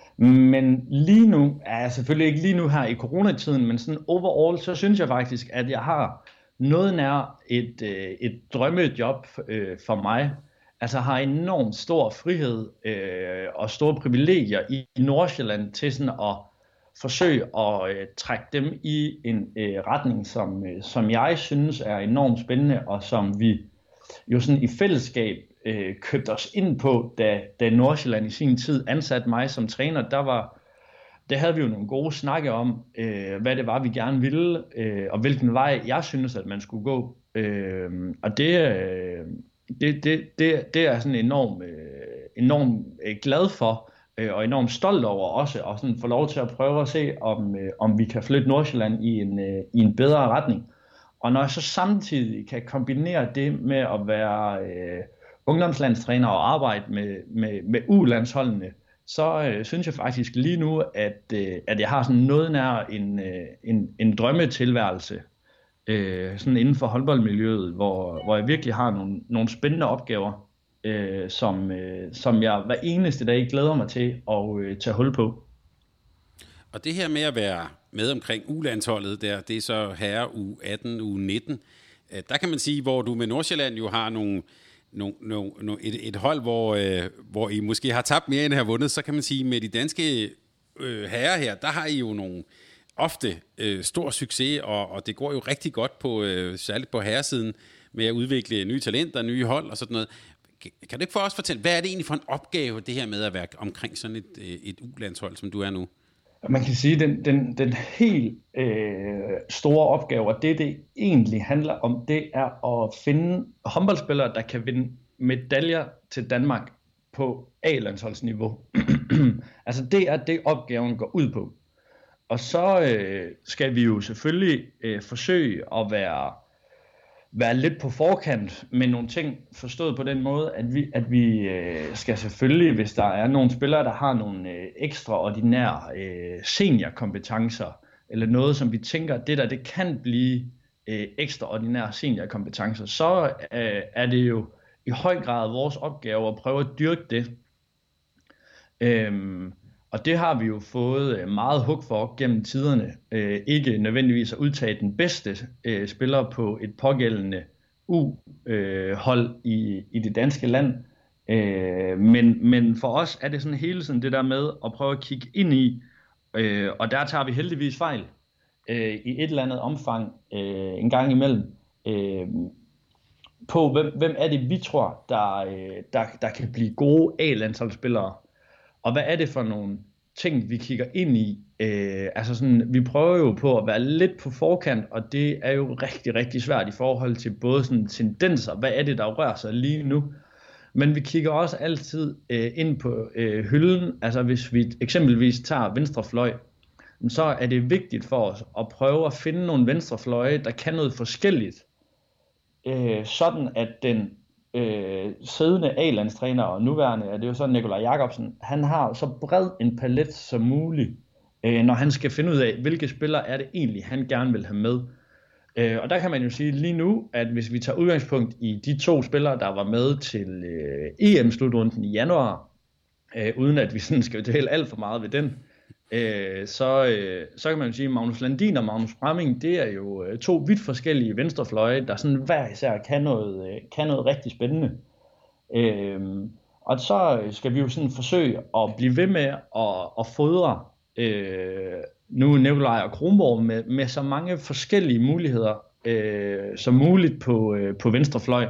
Men lige nu, er selvfølgelig ikke lige nu her i coronatiden, men sådan overall, så synes jeg faktisk, at jeg har noget nær et, øh, et drømmejob øh, for mig. Altså har enormt stor frihed øh, og store privilegier i Nordsjælland til sådan at forsøge at øh, trække dem i en øh, retning, som, øh, som jeg synes er enormt spændende, og som vi jo sådan i fællesskab øh, købte os ind på, da, da Nordsjælland i sin tid ansatte mig som træner. Der var, der havde vi jo nogle gode snakke om, øh, hvad det var, vi gerne ville, øh, og hvilken vej jeg synes, at man skulle gå. Øh, og det... Øh, Det, det, det, det er jeg sådan enormt øh, enorm, øh, glad for, øh, og enormt stolt over også, og sådan få lov til at prøve at se, om, øh, om vi kan flytte Nordsjælland i en, øh, i en bedre retning. Og når jeg så samtidig kan kombinere det med at være øh, ungdomslandstræner og arbejde med, med, med U-landsholdene, så øh, synes jeg faktisk lige nu, at, øh, at jeg har sådan noget nær en, øh, en, en drømmetilværelse. øh, sådan inden for håndboldmiljøet, hvor, hvor jeg virkelig har nogle, nogle spændende opgaver, øh, som, øh, som jeg hver eneste dag glæder mig til at øh, tage hul på. Og det her med at være med omkring U-landsholdet, der, det er så herre U atten, U nitten, der kan man sige, hvor du med Nordsjælland jo har nogle, nogle, nogle, et, et hold, hvor, øh, hvor I måske har tabt mere end har vundet, så kan man sige, med de danske øh, herrer her, der har I jo nogle ofte øh, stor succes, og, og det går jo rigtig godt på, øh, særligt på herresiden, med at udvikle nye talenter, nye hold og sådan noget. Kan du ikke for os fortælle, hvad er det egentlig for en opgave, det her med at være omkring sådan et, et U-landshold, som du er nu? Man kan sige, at den, den, den helt øh, store opgave, og det det egentlig handler om, det er at finde håndboldspillere, der kan vinde medaljer til Danmark på A-landsholdsniveau. Altså det er det, opgaven går ud på. Og så øh, skal vi jo selvfølgelig øh, forsøge at være, være lidt på forkant med nogle ting, forstået på den måde, at vi, at vi øh, skal selvfølgelig, hvis der er nogle spillere, der har nogle øh, ekstraordinære øh, seniorkompetencer, eller noget, som vi tænker, det der, det kan blive øh, ekstraordinære seniorkompetencer, så øh, er det jo i høj grad vores opgave at prøve at dyrke det. Øhm, Og det har vi jo fået meget hug for gennem tiderne. Øh, ikke nødvendigvis at udtage den bedste øh, spiller på et pågældende U-hold øh, i, i det danske land. Øh, men, men for os er det sådan hele tiden det der med at prøve at kigge ind i, øh, og der tager vi heldigvis fejl øh, i et eller andet omfang øh, en gang imellem, øh, på hvem, hvem er det vi tror, der, øh, der, der kan blive gode A-landsholdsspillere. Og hvad er det for nogle ting, vi kigger ind i? Øh, altså sådan, vi prøver jo på at være lidt på forkant, og det er jo rigtig, rigtig svært i forhold til både sådan tendenser. Hvad er det, der rører sig lige nu? Men vi kigger også altid øh, ind på øh, hylden. Altså hvis vi eksempelvis tager venstrefløj, så er det vigtigt for os at prøve at finde nogle venstrefløje, der kan noget forskelligt. Øh, sådan at den Øh, siddende A-landstræner og nuværende, er det jo så Nikolaj Jakobsen, han har så bred en palet som muligt, øh, når han skal finde ud af, hvilke spillere er det egentlig, han gerne vil have med. Øh, og der kan man jo sige lige nu, at hvis vi tager udgangspunkt i de to spillere, der var med til øh, E M-slutrunden i januar, øh, uden at vi sådan skal tale alt for meget ved den, øh, så, øh, så kan man jo sige, at Magnus Landin og Magnus Bramming, det er jo øh, to vidt forskellige venstrefløje, der sådan hver især kan noget, øh, kan noget rigtig spændende. Øh, og så skal vi jo sådan forsøge at blive ved med at, at fodre øh, nu Nikolaj og Kronborg med, med så mange forskellige muligheder øh, som muligt på, øh, på venstrefløj.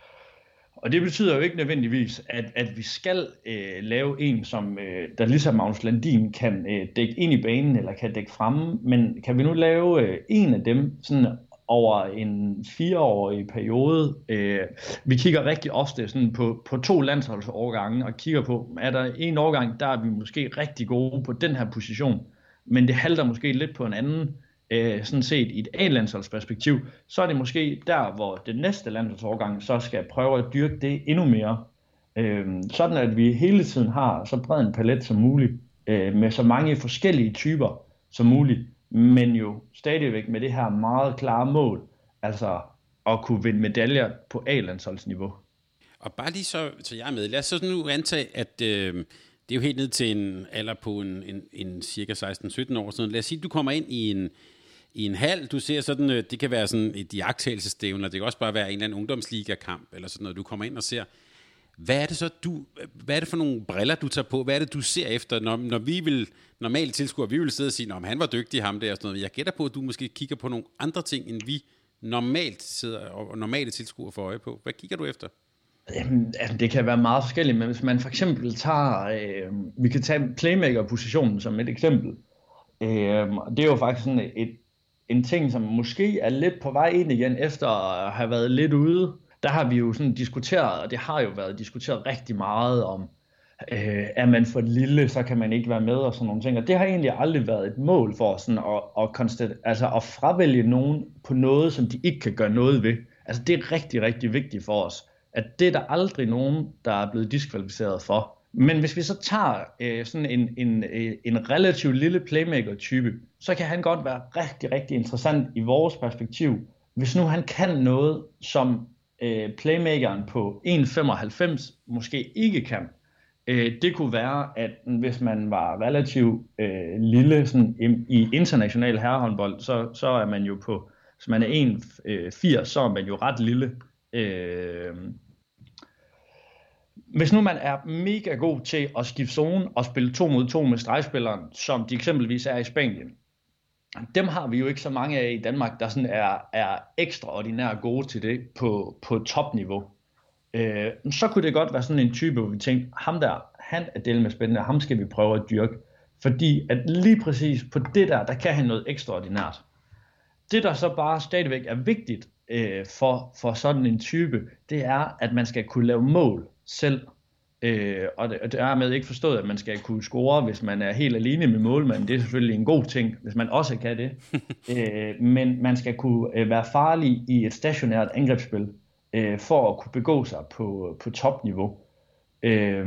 Og det betyder jo ikke nødvendigvis, at, at vi skal øh, lave en, som øh, der ligesom Magnus Landin kan øh, dække ind i banen eller kan dække fremme, men kan vi nu lave øh, en af dem sådan over en fireårig periode? Øh, vi kigger rigtig ofte sådan på, på to landsholdsårgange og kigger på, er der en årgang, der er vi måske rigtig gode på den her position, men det halter måske lidt på en anden. Øh, sådan set i et A-landsholdsperspektiv, så er det måske der, hvor det næste landsholdsårgang så skal prøve at dyrke det endnu mere. Øh, sådan at vi hele tiden har så bred en palet som muligt, øh, med så mange forskellige typer som muligt, men jo stadigvæk med det her meget klare mål, altså at kunne vinde medaljer på A-landsholdsniveau. Og bare lige så, så jeg er med, lad os så nu antage, at øh, det er jo helt ned til en alder på en, en, en cirka seksten sytten år. Sådan. Lad os sige, at du kommer ind i en i en hal, du ser sådan, det kan være sådan et jagttagelsesstævne, det kan også bare være en eller anden ungdomsliga-kamp, eller sådan noget, du kommer ind og ser. Hvad er det så, du, hvad er det for nogle briller, du tager på? Hvad er det, du ser efter, når, når vi vil, normalt tilskuere, vi vil sidde og sige, han var dygtig, ham der, og sådan noget. Jeg gætter på, at du måske kigger på nogle andre ting, end vi normalt sidder og normale tilskuere får øje på. Hvad kigger du efter? Jamen, altså, det kan være meget forskelligt, men hvis man for eksempel tager, øh, vi kan tage playmaker-positionen som et eksempel. Øh, det er jo faktisk sådan et en ting, som måske er lidt på vej ind igen, efter at have været lidt ude. Der har vi jo sådan diskuteret, og det har jo været diskuteret rigtig meget om, øh, er man for lille, så kan man ikke være med og sådan nogle ting. Og det har egentlig aldrig været et mål for sådan at, at, konstant, altså at fravælge nogen på noget, som de ikke kan gøre noget ved. Altså det er rigtig, rigtig vigtigt for os, at det er der aldrig nogen, der er blevet diskvalificeret for. Men hvis vi så tager øh, sådan en, en, en relativt lille playmaker-type, så kan han godt være rigtig, rigtig interessant i vores perspektiv, hvis nu han kan noget, som øh, playmakeren på en komma femoghalvfems måske ikke kan, øh, det kunne være, at hvis man var relativt øh, lille sådan, i, i international herrehåndbold, så, så er man jo på, hvis man er en komma firs, så er man jo ret lille. Øh, Hvis nu man er mega god til at skifte zone og spille to mod to med stregspilleren, som de eksempelvis er i Spanien, dem har vi jo ikke så mange af i Danmark, der sådan er, er ekstraordinært gode til det på, på topniveau. Øh, så kunne det godt være sådan en type, hvor vi tænkte, ham der, han er del med spændende, ham skal vi prøve at dyrke. Fordi at lige præcis på det der, der kan han noget ekstraordinært. Det der så bare stadigvæk er vigtigt øh, for, for sådan en type, det er, at man skal kunne lave mål selv. Øh, og, det, og det er med ikke forstået, at man skal kunne score, hvis man er helt alene med målmanden. Det er selvfølgelig en god ting, hvis man også kan det. øh, men man skal kunne øh, være farlig i et stationært angrebsspil, øh, for at kunne begå sig på, på topniveau. Øh,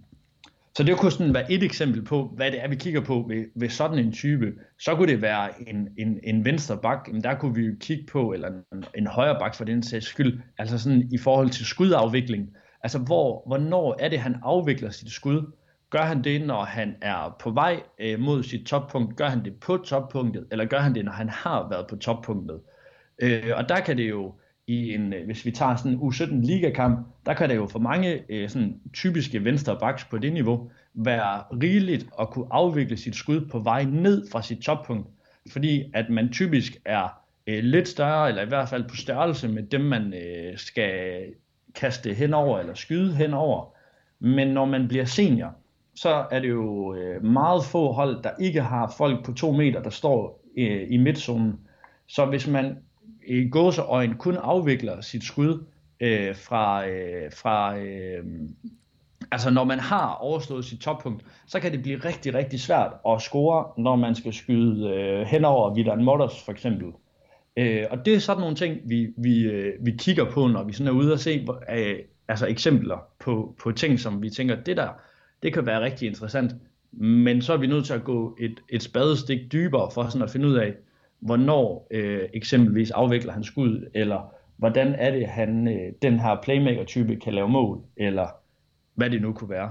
så det kunne sådan være et eksempel på, hvad det er, vi kigger på ved, ved sådan en type. Så kunne det være en, en, en venstre bak, men der kunne vi jo kigge på, eller en, en højre bak for den sags skyld, altså sådan i forhold til skudafvikling. Altså, hvor, hvornår er det, han afvikler sit skud? Gør han det, når han er på vej øh, mod sit toppunkt? Gør han det på toppunktet? Eller gør han det, når han har været på toppunktet? Øh, og der kan det jo, i en, hvis vi tager sådan en U sytten ligakamp, der kan det jo for mange øh, sådan typiske venstre backs på det niveau, være rigeligt at kunne afvikle sit skud på vej ned fra sit toppunkt. Fordi at man typisk er øh, lidt større, eller i hvert fald på størrelse med dem, man øh, skal kaste henover eller skyde henover. Men når man bliver senior, så er det jo meget få hold, der ikke har folk på to meter, der står i midtzonen. Så hvis man i gåseøjne kun afvikler sit skud øh, fra, øh, fra øh, altså når man har overstået sit toppunkt, så kan det blive rigtig, rigtig svært at score, når man skal skyde øh, henover Vidar Motters for eksempel. Øh, og det er sådan nogle ting, vi, vi, øh, vi kigger på, når vi sådan er ude og se øh, altså eksempler på, på ting, som vi tænker, det der, det kan være rigtig interessant. Men så er vi nødt til at gå et, et spadestik dybere for sådan at finde ud af, hvornår øh, eksempelvis afvikler han skud, eller hvordan er det, han øh, den her playmaker-type kan lave mål, eller hvad det nu kunne være.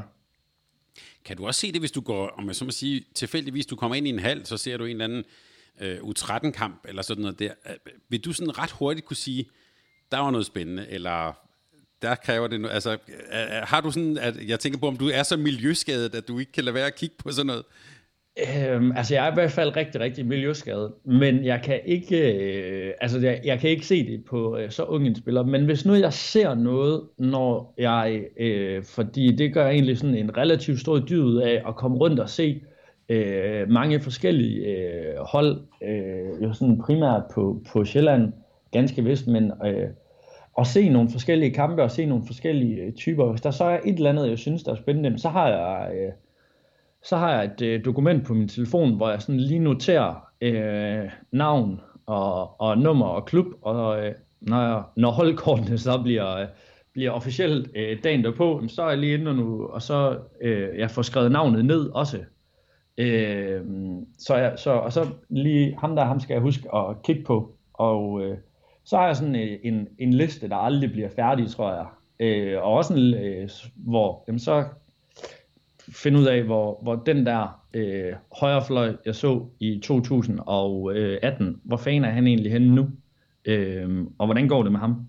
Kan du også se det, hvis du går, om jeg så må sige, tilfældigvis du kommer ind i en halv, så ser du en eller anden øh, U tretten-kamp, eller sådan noget der. Vil du sådan ret hurtigt kunne sige, der var noget spændende, eller der kræver det noget, altså har du sådan, at jeg tænker på, om du er så miljøskadet, at du ikke kan lade være at kigge på sådan noget? Øhm, altså jeg er i hvert fald rigtig, rigtig miljøskadet, men jeg kan ikke, øh, altså jeg, jeg kan ikke se det på øh, så unge en spiller, men hvis nu jeg ser noget, når jeg, øh, fordi det gør egentlig sådan en relativt stor dyd ud af at komme rundt og se øh, mange forskellige øh, hold, øh, jo sådan primært på, på Sjælland, ganske vist, men øh, at se nogle forskellige kampe og se nogle forskellige øh, typer. Hvis der så er et eller andet, jeg synes, der er spændende, så har jeg... Øh, Så har jeg et øh, dokument på min telefon, hvor jeg sådan lige noterer øh, navn og, og nummer og klub, og øh, når, jeg, når holdkortene så bliver, øh, bliver officielt øh, dagen derpå, så er jeg lige inde og, nu, og så øh, jeg får skrevet navnet ned også. Øh, så, jeg, så, og så lige ham der, ham skal jeg huske at kigge på, og øh, så har jeg sådan en, en, en liste, der aldrig bliver færdig, tror jeg. Øh, og også en, øh, hvor jamen så finde ud af, hvor, hvor den der øh, højrefløj, jeg så i to tusind og atten, hvor fanden er han egentlig henne nu? Øh, og hvordan går det med ham?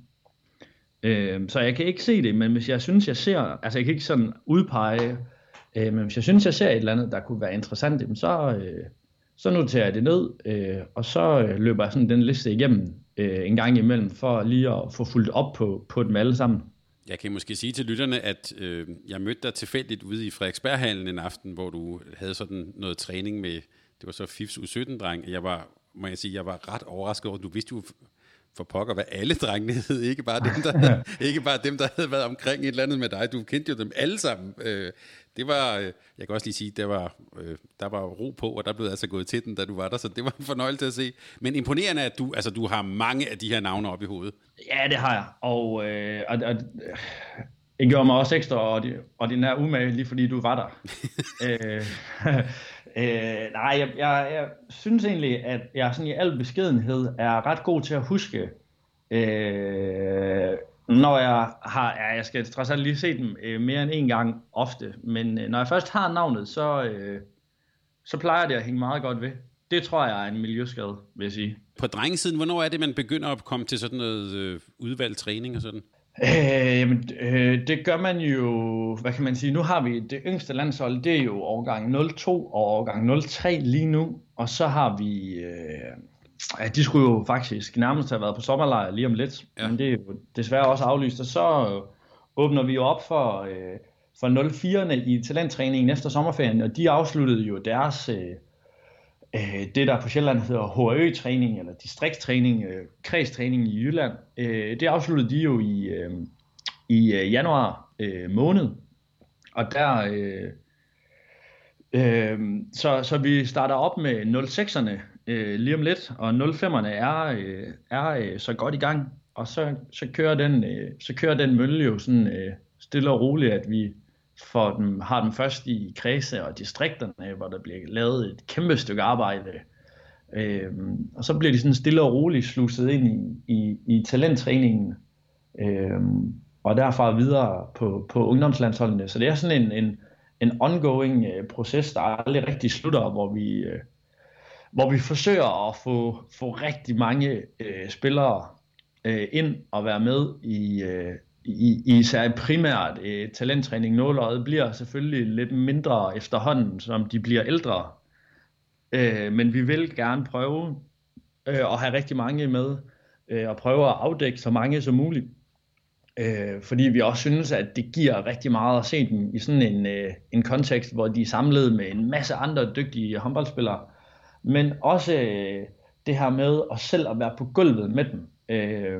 Øh, så jeg kan ikke se det, men hvis jeg synes, jeg ser, altså jeg kan ikke sådan udpege, øh, men hvis jeg synes, jeg ser et eller andet, der kunne være interessant, så, øh, så noterer jeg det ned, øh, og så øh, løber jeg sådan den liste igennem øh, en gang imellem, for lige at få fulgt op på, på dem alle sammen. Jeg kan måske sige til lytterne, at øh, jeg mødte dig tilfældigt ude i Frederiksberghallen en aften, hvor du havde sådan noget træning med, det var så F I F's U sytten-dreng. Jeg var, må jeg sige, jeg var ret overrasket over, du vidste jo for pokker, hvad alle drengene hed, ikke bare dem, der, ikke bare dem, der havde været omkring et eller andet med dig. Du kendte jo dem alle sammen. Øh, det var, øh, jeg kan også lige sige, der var, øh, der var ro på, og der blev altså gået til den, da du var der, så det var en fornøjelse at se. Men imponerende, at du, altså, du har mange af de her navne op i hovedet. Ja, det har jeg, og, øh, og, og det gjorde mig også ekstra ordinær umage, lige fordi du var der. øh, øh, nej, jeg, jeg, jeg synes egentlig, at jeg sådan i al beskedenhed er ret god til at huske Øh, når jeg har, ja, jeg skal trods alt lige se dem øh, mere end en gang ofte, men øh, når jeg først har navnet, så, øh, så plejer det at hænge meget godt ved. Det tror jeg er en miljøskade, vil jeg sige. På drengesiden, hvornår er det, man begynder at komme til sådan noget øh, udvalgt træning og sådan? Øh, jamen, øh, det gør man jo, hvad kan man sige, nu har vi det yngste landshold, det er jo årgang nul to og årgang nul tre lige nu, og så har vi, øh, ja, de skulle jo faktisk nærmest have været på sommerlejr lige om lidt, ja. Men det er jo desværre også aflyst, og så åbner vi jo op for, øh, for nul firerne i talenttræningen efter sommerferien, og de afsluttede jo deres... Øh, det der på Sjælland hedder H R Ø-træning, eller distriktstræning, øh, kredstræning i Jylland, øh, det afsluttede de jo i, øh, i øh, januar øh, måned. Og der, øh, øh, så, så vi starter op med nul sekserne øh, lige om lidt, og nul femerne er, øh, er øh, så godt i gang. Og så, så, kører den, øh, så kører den mølle jo sådan øh, stille og roligt, at vi for dem, har dem først i kredse og distrikterne, hvor der bliver lavet et kæmpe stykke arbejde. Øhm, og så bliver de sådan stille og roligt sluset ind i, i, i talenttræningen, øhm, og derfra videre på, på ungdomslandsholdene. Så det er sådan en, en, en ongoing øh, proces, der aldrig rigtig slutter, hvor vi, øh, hvor vi forsøger at få, få rigtig mange øh, spillere øh, ind og være med i øh, I, især primært eh, talenttræning. Nåleøjet bliver selvfølgelig lidt mindre efterhånden, som de bliver ældre. Eh, men vi vil gerne prøve eh, at have rigtig mange med, eh, og prøve at afdække så mange som muligt. Eh, fordi vi også synes, at det giver rigtig meget at se dem i sådan en, eh, en kontekst, hvor de er samlet med en masse andre dygtige håndboldspillere. Men også eh, det her med at selv at være på gulvet med dem. Eh,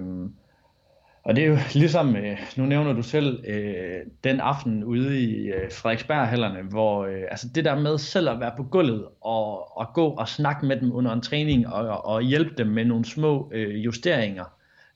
Og det er jo ligesom, nu nævner du selv, den aften ude i Frederiksberg-hallerne, hvor altså det der med selv at være på gulvet og, og gå og snakke med dem under en træning og, og hjælpe dem med nogle små justeringer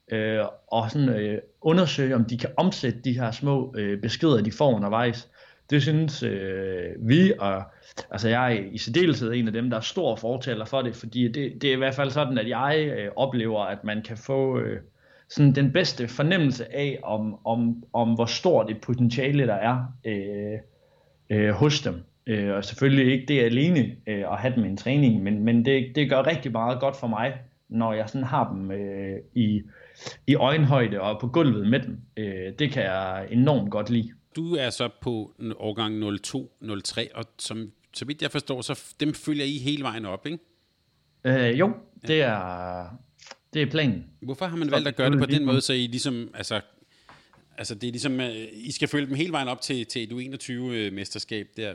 og sådan undersøge, om de kan omsætte de her små beskeder, de får undervejs. Det synes vi, og altså jeg er i særdeleshed en af dem, der er stor fortaler for det, fordi det, det er i hvert fald sådan, at jeg oplever, at man kan få... sådan den bedste fornemmelse af, om, om, om hvor stort et potentiale der er øh, øh, hos dem. Øh, og selvfølgelig ikke det alene øh, at have dem i en træning, men, men det, det gør rigtig meget godt for mig, når jeg sådan har dem øh, i, i øjenhøjde og på gulvet med dem. Øh, det kan jeg enormt godt lide. Du er så på årgang nul to nul tre, og som, så vidt jeg forstår, så dem følger I hele vejen op, ikke? Øh, jo, det er... Det er planen. Hvorfor har man valgt at gøre det på den måde, så I ligesom, altså, altså det er ligesom, I skal følge dem hele vejen op til, til et U enogtyve-mesterskab der.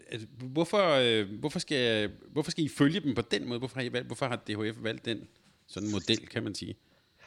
Hvorfor, hvorfor, skal, hvorfor skal I følge dem på den måde? Hvorfor har, I valgt, hvorfor har D H F valgt den sådan model, kan man sige?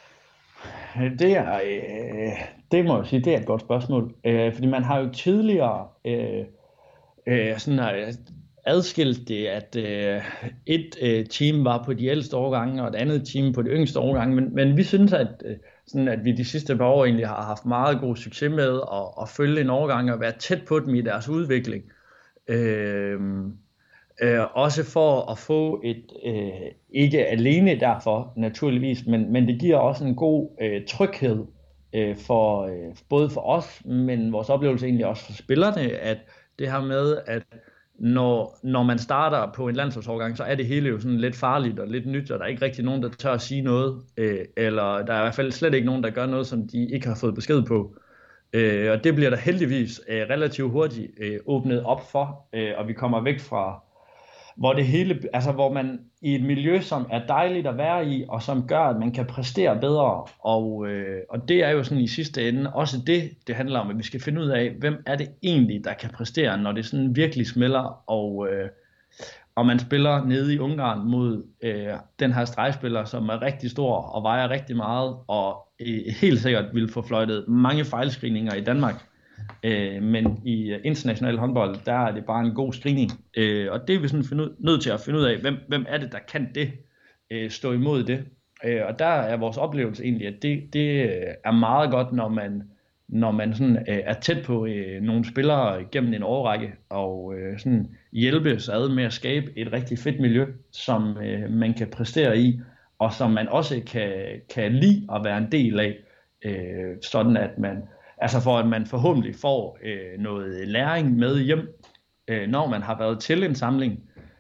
Det er, øh, det må jeg sige, det er et godt spørgsmål. Øh, fordi man har jo tidligere øh, øh, sådan her, adskilt det, at øh, et øh, team var på de ældste årgange, og et andet team på de yngste årgange, men, men vi synes, at, øh, sådan, at vi de sidste par år egentlig har haft meget god succes med at, at følge en årgang og være tæt på dem i deres udvikling. Øh, øh, også for at få et, øh, ikke alene derfor naturligvis, men, men det giver også en god øh, tryghed øh, for øh, både for os, men vores oplevelse egentlig også for spillerne, at det her med, at Når, når man starter på en landsholdsårgang, så er det hele jo sådan lidt farligt og lidt nyt, og der er ikke rigtig nogen, der tør at sige noget, øh, eller der er i hvert fald slet ikke nogen, der gør noget, som de ikke har fået besked på. Øh, og det bliver der heldigvis øh, relativt hurtigt øh, åbnet op for, øh, og vi kommer væk fra, hvor det hele, altså hvor man i et miljø, som er dejligt at være i, og som gør, at man kan præstere bedre, og, øh, og det er jo sådan i sidste ende også det, det handler om, at vi skal finde ud af, hvem er det egentlig, der kan præstere, når det sådan virkelig smelter, og, øh, og man spiller nede i Ungarn mod øh, den her stregspiller, som er rigtig stor og vejer rigtig meget, og øh, helt sikkert vil få fløjtet mange fejlscreeninger i Danmark. Øh, men i international håndbold, der er det bare en god screening, øh, og det er vi sådan finde ud, nødt til at finde ud af, hvem, hvem er det, der kan det, øh, stå imod det, øh, og der er vores oplevelse egentlig, at det, det er meget godt, når man, når man sådan, øh, er tæt på øh, nogle spillere gennem en årrække, og øh, sådan hjælpes ad med at skabe et rigtig fedt miljø, som øh, man kan præstere i, og som man også kan, kan lide at være en del af, øh, sådan at man, altså for at man forhåbentlig får øh, noget læring med hjem, øh, når man har været til en samling,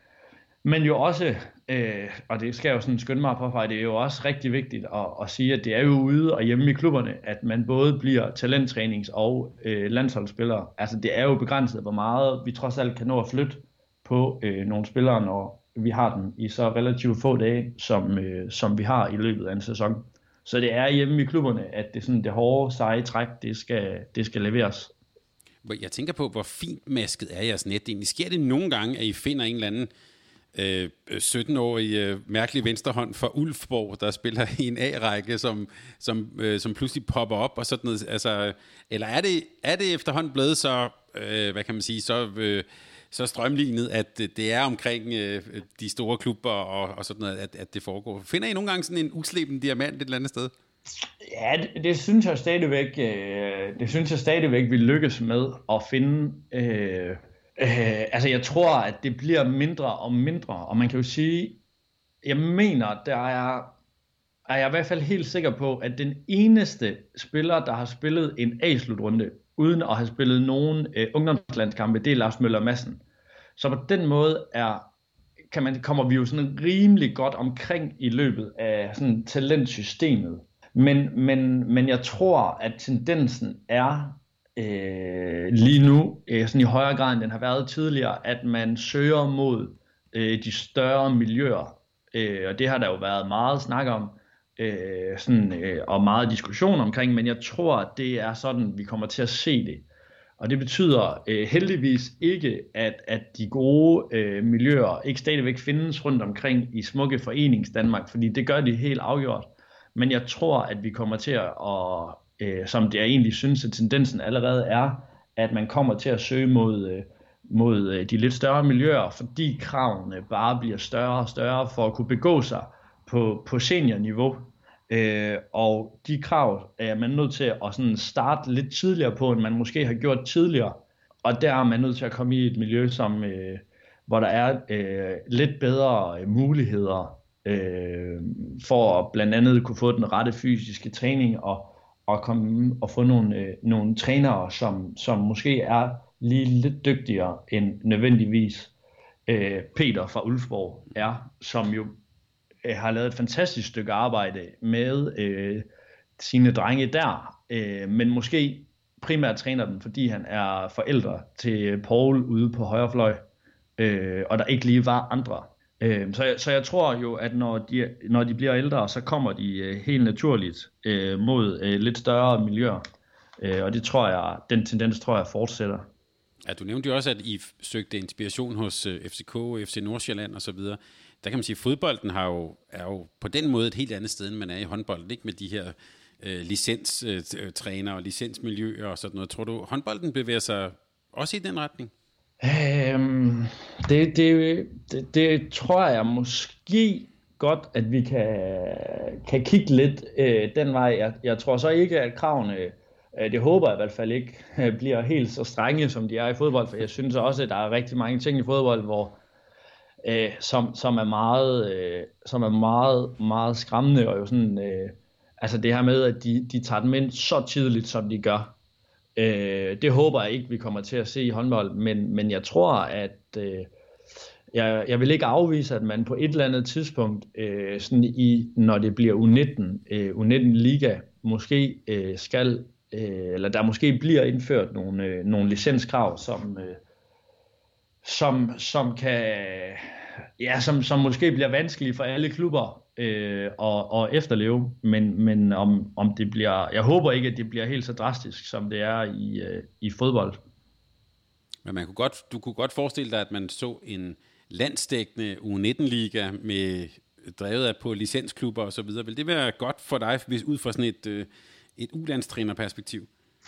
men jo også, øh, og det skal jeg jo sådan skynde mig på, for det er jo også rigtig vigtigt at, at sige, at det er jo ude og hjemme i klubberne, at man både bliver talenttrænings- og øh, landsholdsspillere. Altså det er jo begrænset, hvor meget vi trods alt kan nå at flytte på øh, nogle spillere, når vi har dem i så relativt få dage, som, øh, som vi har i løbet af en sæson. Så det er hjemme i klubberne, at det, sådan, det hårde, seje træk, det skal, det skal leveres. Jeg tænker på, hvor fint masket er jeres net egentlig. Sker det nogle gange, at I finder en eller anden øh, sytten-årig øh, mærkelig venstrehånd fra Ulfborg, der spiller i en A-række, som, som, øh, som pludselig popper op og sådan noget? Altså, eller er det, er det efterhånden blevet så, øh, hvad kan man sige, så... Øh, så strømlignet, at det er omkring øh, de store klubber og, og sådan noget, at, at det foregår. Finder I nogle gange sådan en usleben diamant et eller andet sted? Ja, det, det synes jeg stadigvæk, øh, det synes jeg stadigvæk vi lykkes med at finde. Øh, øh, altså jeg tror, at det bliver mindre og mindre, og man kan jo sige, jeg mener, der er, er jeg i hvert fald helt sikker på, at den eneste spiller, der har spillet en A-slutrunde, uden at have spillet nogen øh, ungdomslandskampe, det er Lars Møller Madsen. Så på den måde er, kan man, kommer vi jo sådan rimelig godt omkring i løbet af sådan talentsystemet. Men, men, men jeg tror, at tendensen er øh, lige nu, øh, sådan i højere grad end den har været tidligere, at man søger mod øh, de større miljøer. Øh, og det har der jo været meget snak om. Øh, sådan, øh, og meget diskussion omkring, men jeg tror, at det er sådan, vi kommer til at se det. Og det betyder øh, heldigvis ikke, at, at de gode øh, miljøer ikke stadigvæk findes rundt omkring i smukke forenings Danmark, fordi det gør de helt afgjort. Men jeg tror, at vi kommer til at, og, øh, som det jeg egentlig synes, at tendensen allerede er, at man kommer til at søge mod, øh, mod øh, de lidt større miljøer, fordi kravene bare bliver større og større for at kunne begå sig på, på seniorniveau, øh, og de krav er man nødt til at sådan starte lidt tidligere på, end man måske har gjort tidligere, og der er man nødt til at komme i et miljø, som, øh, hvor der er øh, lidt bedre muligheder øh, for at blandt andet kunne få den rette fysiske træning, og, og, komme, og få nogle, øh, nogle trænere, som, som måske er lige lidt dygtigere end nødvendigvis øh, Peter fra Ulfborg er, som jo har lavet et fantastisk stykke arbejde med øh, sine drenge der, øh, men måske primært træner dem, fordi han er forældre til Paul ude på højre fløj, øh, og der ikke lige var andre. Øh, så, jeg, så jeg tror jo, at når de, når de bliver ældre, så kommer de øh, helt naturligt øh, mod øh, lidt større miljøer, øh, og det tror jeg, den tendens tror jeg fortsætter. Ja, du nævnte jo også, at I søgte inspiration hos øh, F C K, F C Nordsjælland og så videre. Der kan man sige, at fodbolden har jo, er jo på den måde et helt andet sted, end man er i håndbold, ikke med de her øh, licenstræner og licensmiljøer og sådan noget. Tror du, håndbolden bevæger sig også i den retning? Øhm, det, det, det, det tror jeg måske godt, at vi kan, kan kigge lidt øh, den vej. Jeg, jeg tror så ikke, at kravene, øh, det håber jeg i hvert fald ikke, øh, bliver helt så strenge, som de er i fodbold, for jeg synes også, at der er rigtig mange ting i fodbold, hvor Øh, som, som er meget, øh, som er meget, meget skræmmende, og jo sådan, øh, altså det her med, at de, de tager dem ind så tidligt, som de gør. Øh, det håber jeg ikke, vi kommer til at se i håndbold, men, men jeg tror, at øh, jeg, jeg vil ikke afvise, at man på et eller andet tidspunkt, øh, sådan i, når det bliver U nitten, øh, U nitten Liga, måske øh, skal, øh, eller der måske bliver indført nogle, øh, nogle licenskrav, som øh, som som kan ja som som måske bliver vanskelige for alle klubber øh, at, at efterleve, men men om om det bliver, jeg håber ikke, at det bliver helt så drastisk, som det er i øh, i fodbold. Men man kunne godt, du kunne godt forestille dig, at man så en landsdækkende U nitten liga med drevet af på licensklubber og så videre. Vil det være godt for dig, hvis ud fra sådan et øh, et u-landstrænerperspektiv?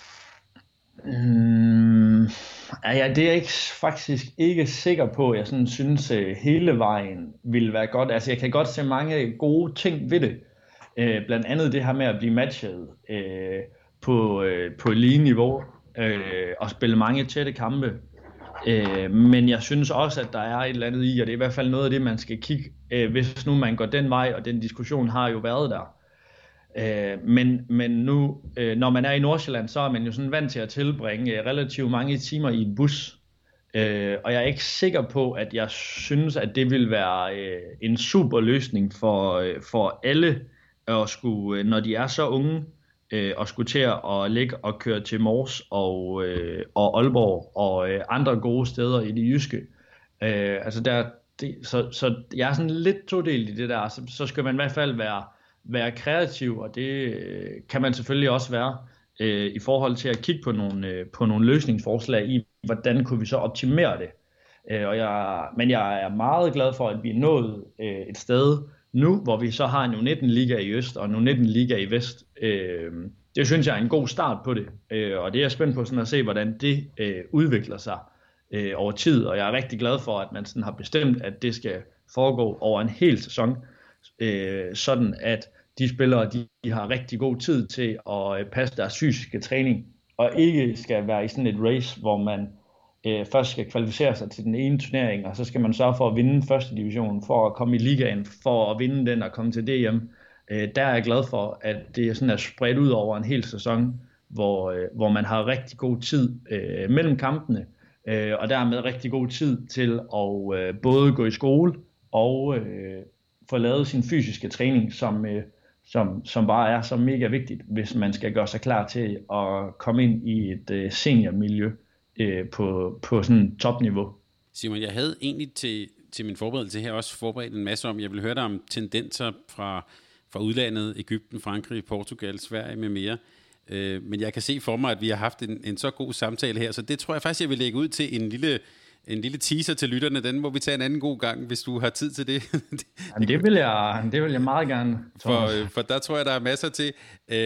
Mm, ja, det er jeg ikke, faktisk ikke sikker på, jeg sådan synes uh, hele vejen vil være godt. Altså jeg kan godt se mange gode ting ved det. Uh, blandt andet det her med at blive matchet uh, på, uh, på lige niveau uh, og spille mange tætte kampe. Øh, men jeg synes også, at der er et eller andet i, og det er i hvert fald noget af det, man skal kigge, øh, hvis nu man går den vej, og den diskussion har jo været der. Øh, men, men nu, øh, når man er i Nordsjælland, så er man jo sådan vant til at tilbringe øh, relativt mange timer i en bus. Øh, og jeg er ikke sikker på, at jeg synes, at det vil være øh, en super løsning for, øh, for alle, at skulle, øh, når de er så unge, øh, at skulle til at ligge og køre til Mors og, øh, og Aalborg og øh, andre gode steder i det jyske. Øh, altså der, det, så, så jeg er sådan lidt todelt i det der. Så, så skal man i hvert fald være, være kreativ, og det øh, kan man selvfølgelig også være, øh, i forhold til at kigge på nogle, øh, på nogle løsningsforslag i, hvordan kunne vi så optimere det. Øh, og jeg, men jeg er meget glad for, at vi er nået øh, et sted nu, hvor vi så har en U nitten liga i øst og en U nitten liga i vest. Øh, det synes jeg er en god start på det, øh, og det er jeg spændt på sådan at se, hvordan det øh, udvikler sig øh, over tid. Og jeg er rigtig glad for, at man sådan har bestemt, at det skal foregå over en hel sæson, øh, sådan at de spillere, de, de har rigtig god tid til at øh, passe deres fysiske træning, og ikke skal være i sådan et race, hvor man øh, først skal kvalificere sig til den ene turnering, og så skal man sørge for at vinde første division, for at komme i ligaen, for at vinde den og komme til D M. Øh, der er jeg glad for, at det sådan er spredt ud over en hel sæson, hvor, øh, hvor man har rigtig god tid øh, mellem kampene, øh, og dermed rigtig god tid til at øh, både gå i skole og øh, få lavet sin fysiske træning, som øh, Som, som bare er så mega vigtigt, hvis man skal gøre sig klar til at komme ind i et uh, seniormiljø uh, på, på sådan topniveau. Simon, jeg havde egentlig til, til min forberedelse her også forberedt en masse om, jeg vil høre dig om tendenser fra, fra udlandet, Egypten, Frankrig, Portugal, Sverige med mere. Uh, men jeg kan se for mig, at vi har haft en, en så god samtale her, så det tror jeg faktisk, jeg vil lægge ud til en lille... En lille teaser til lytterne, den må vi tage en anden god gang, hvis du har tid til det. Jamen, det, vil jeg, det vil jeg meget gerne. For, for der tror jeg, der er masser til.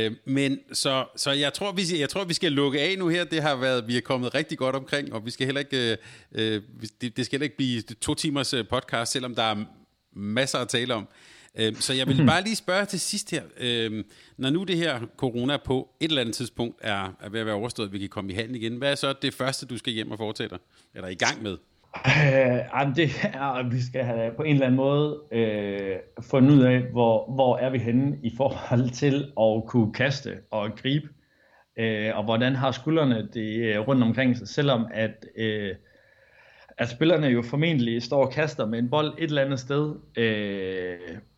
Men så, så jeg, tror, vi, jeg tror, vi skal lukke af nu her. Det har været, vi er kommet rigtig godt omkring, og vi skal heller ikke, det, det skal heller ikke blive to timers podcast, selvom der er masser at tale om. Så jeg vil bare lige spørge til sidst her. Når nu det her corona på et eller andet tidspunkt er, er ved at være overstået, vi kan komme i handel igen, hvad er så det første, du skal hjem og foretage dig? Eller i gang med? Øh, det er, at vi skal have på en eller anden måde øh, fundet ud af, hvor, hvor er vi henne i forhold til at kunne kaste og gribe. Øh, og hvordan har skuldrene det rundt omkring sig, selvom at... Øh, at spillerne jo formentlig står og kaster med en bold et eller andet sted, øh,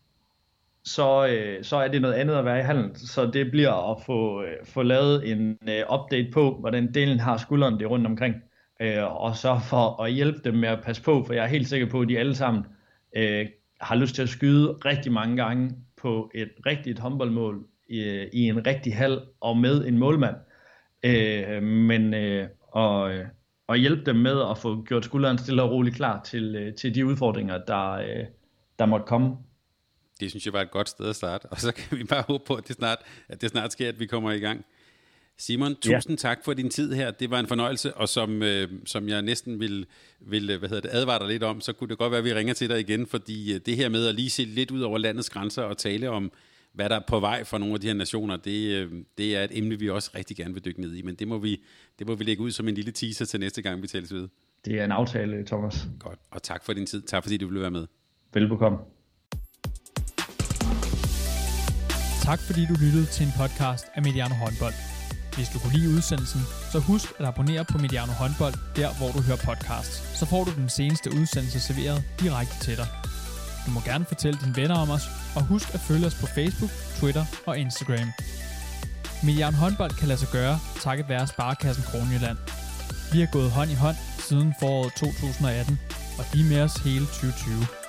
så, øh, så er det noget andet at være i hallen. Så det bliver at få, øh, få lavet en øh, update på, hvordan delen har skuldrene det rundt omkring. Øh, og så for at hjælpe dem med at passe på, for jeg er helt sikker på, at de alle sammen øh, har lyst til at skyde rigtig mange gange på et rigtigt håndboldmål i, i en rigtig hal og med en målmand. Øh, men øh, og, og hjælpe dem med at få gjort skulderen stille og roligt klar til, til de udfordringer, der, øh, der måtte komme. Det synes jeg var et godt sted at starte, og så kan vi bare håbe på, at det snart, at det snart sker, at vi kommer i gang. Simon, tusind ja. tak for din tid her. Det var en fornøjelse, og som, øh, som jeg næsten vil, vil hvad hedder det, advare dig lidt om, så kunne det godt være, at vi ringer til dig igen, fordi det her med at lige se lidt ud over landets grænser og tale om, hvad der er på vej for nogle af de her nationer, det, det er et emne, vi også rigtig gerne vil dykke ned i, men det må vi, det må vi lægge ud som en lille teaser til næste gang, vi tales ved. Det er en aftale, Thomas. Godt, og tak for din tid. Tak fordi du ville være med. Velbekomme. Tak fordi du lyttede til en podcast af Mediano Håndbold. Hvis du kunne lide udsendelsen, så husk at abonnere på Mediano Håndbold, der hvor du hører podcasts. Så får du den seneste udsendelse serveret direkte til dig. Du må gerne fortælle dine venner om os, og husk at følge os på Facebook, Twitter og Instagram. Mediano Håndbold kan lade sig gøre, takket være Sparekassen Kronjylland. Vi har gået hånd i hånd siden foråret to tusind og atten, og de er med os hele tyve tyve.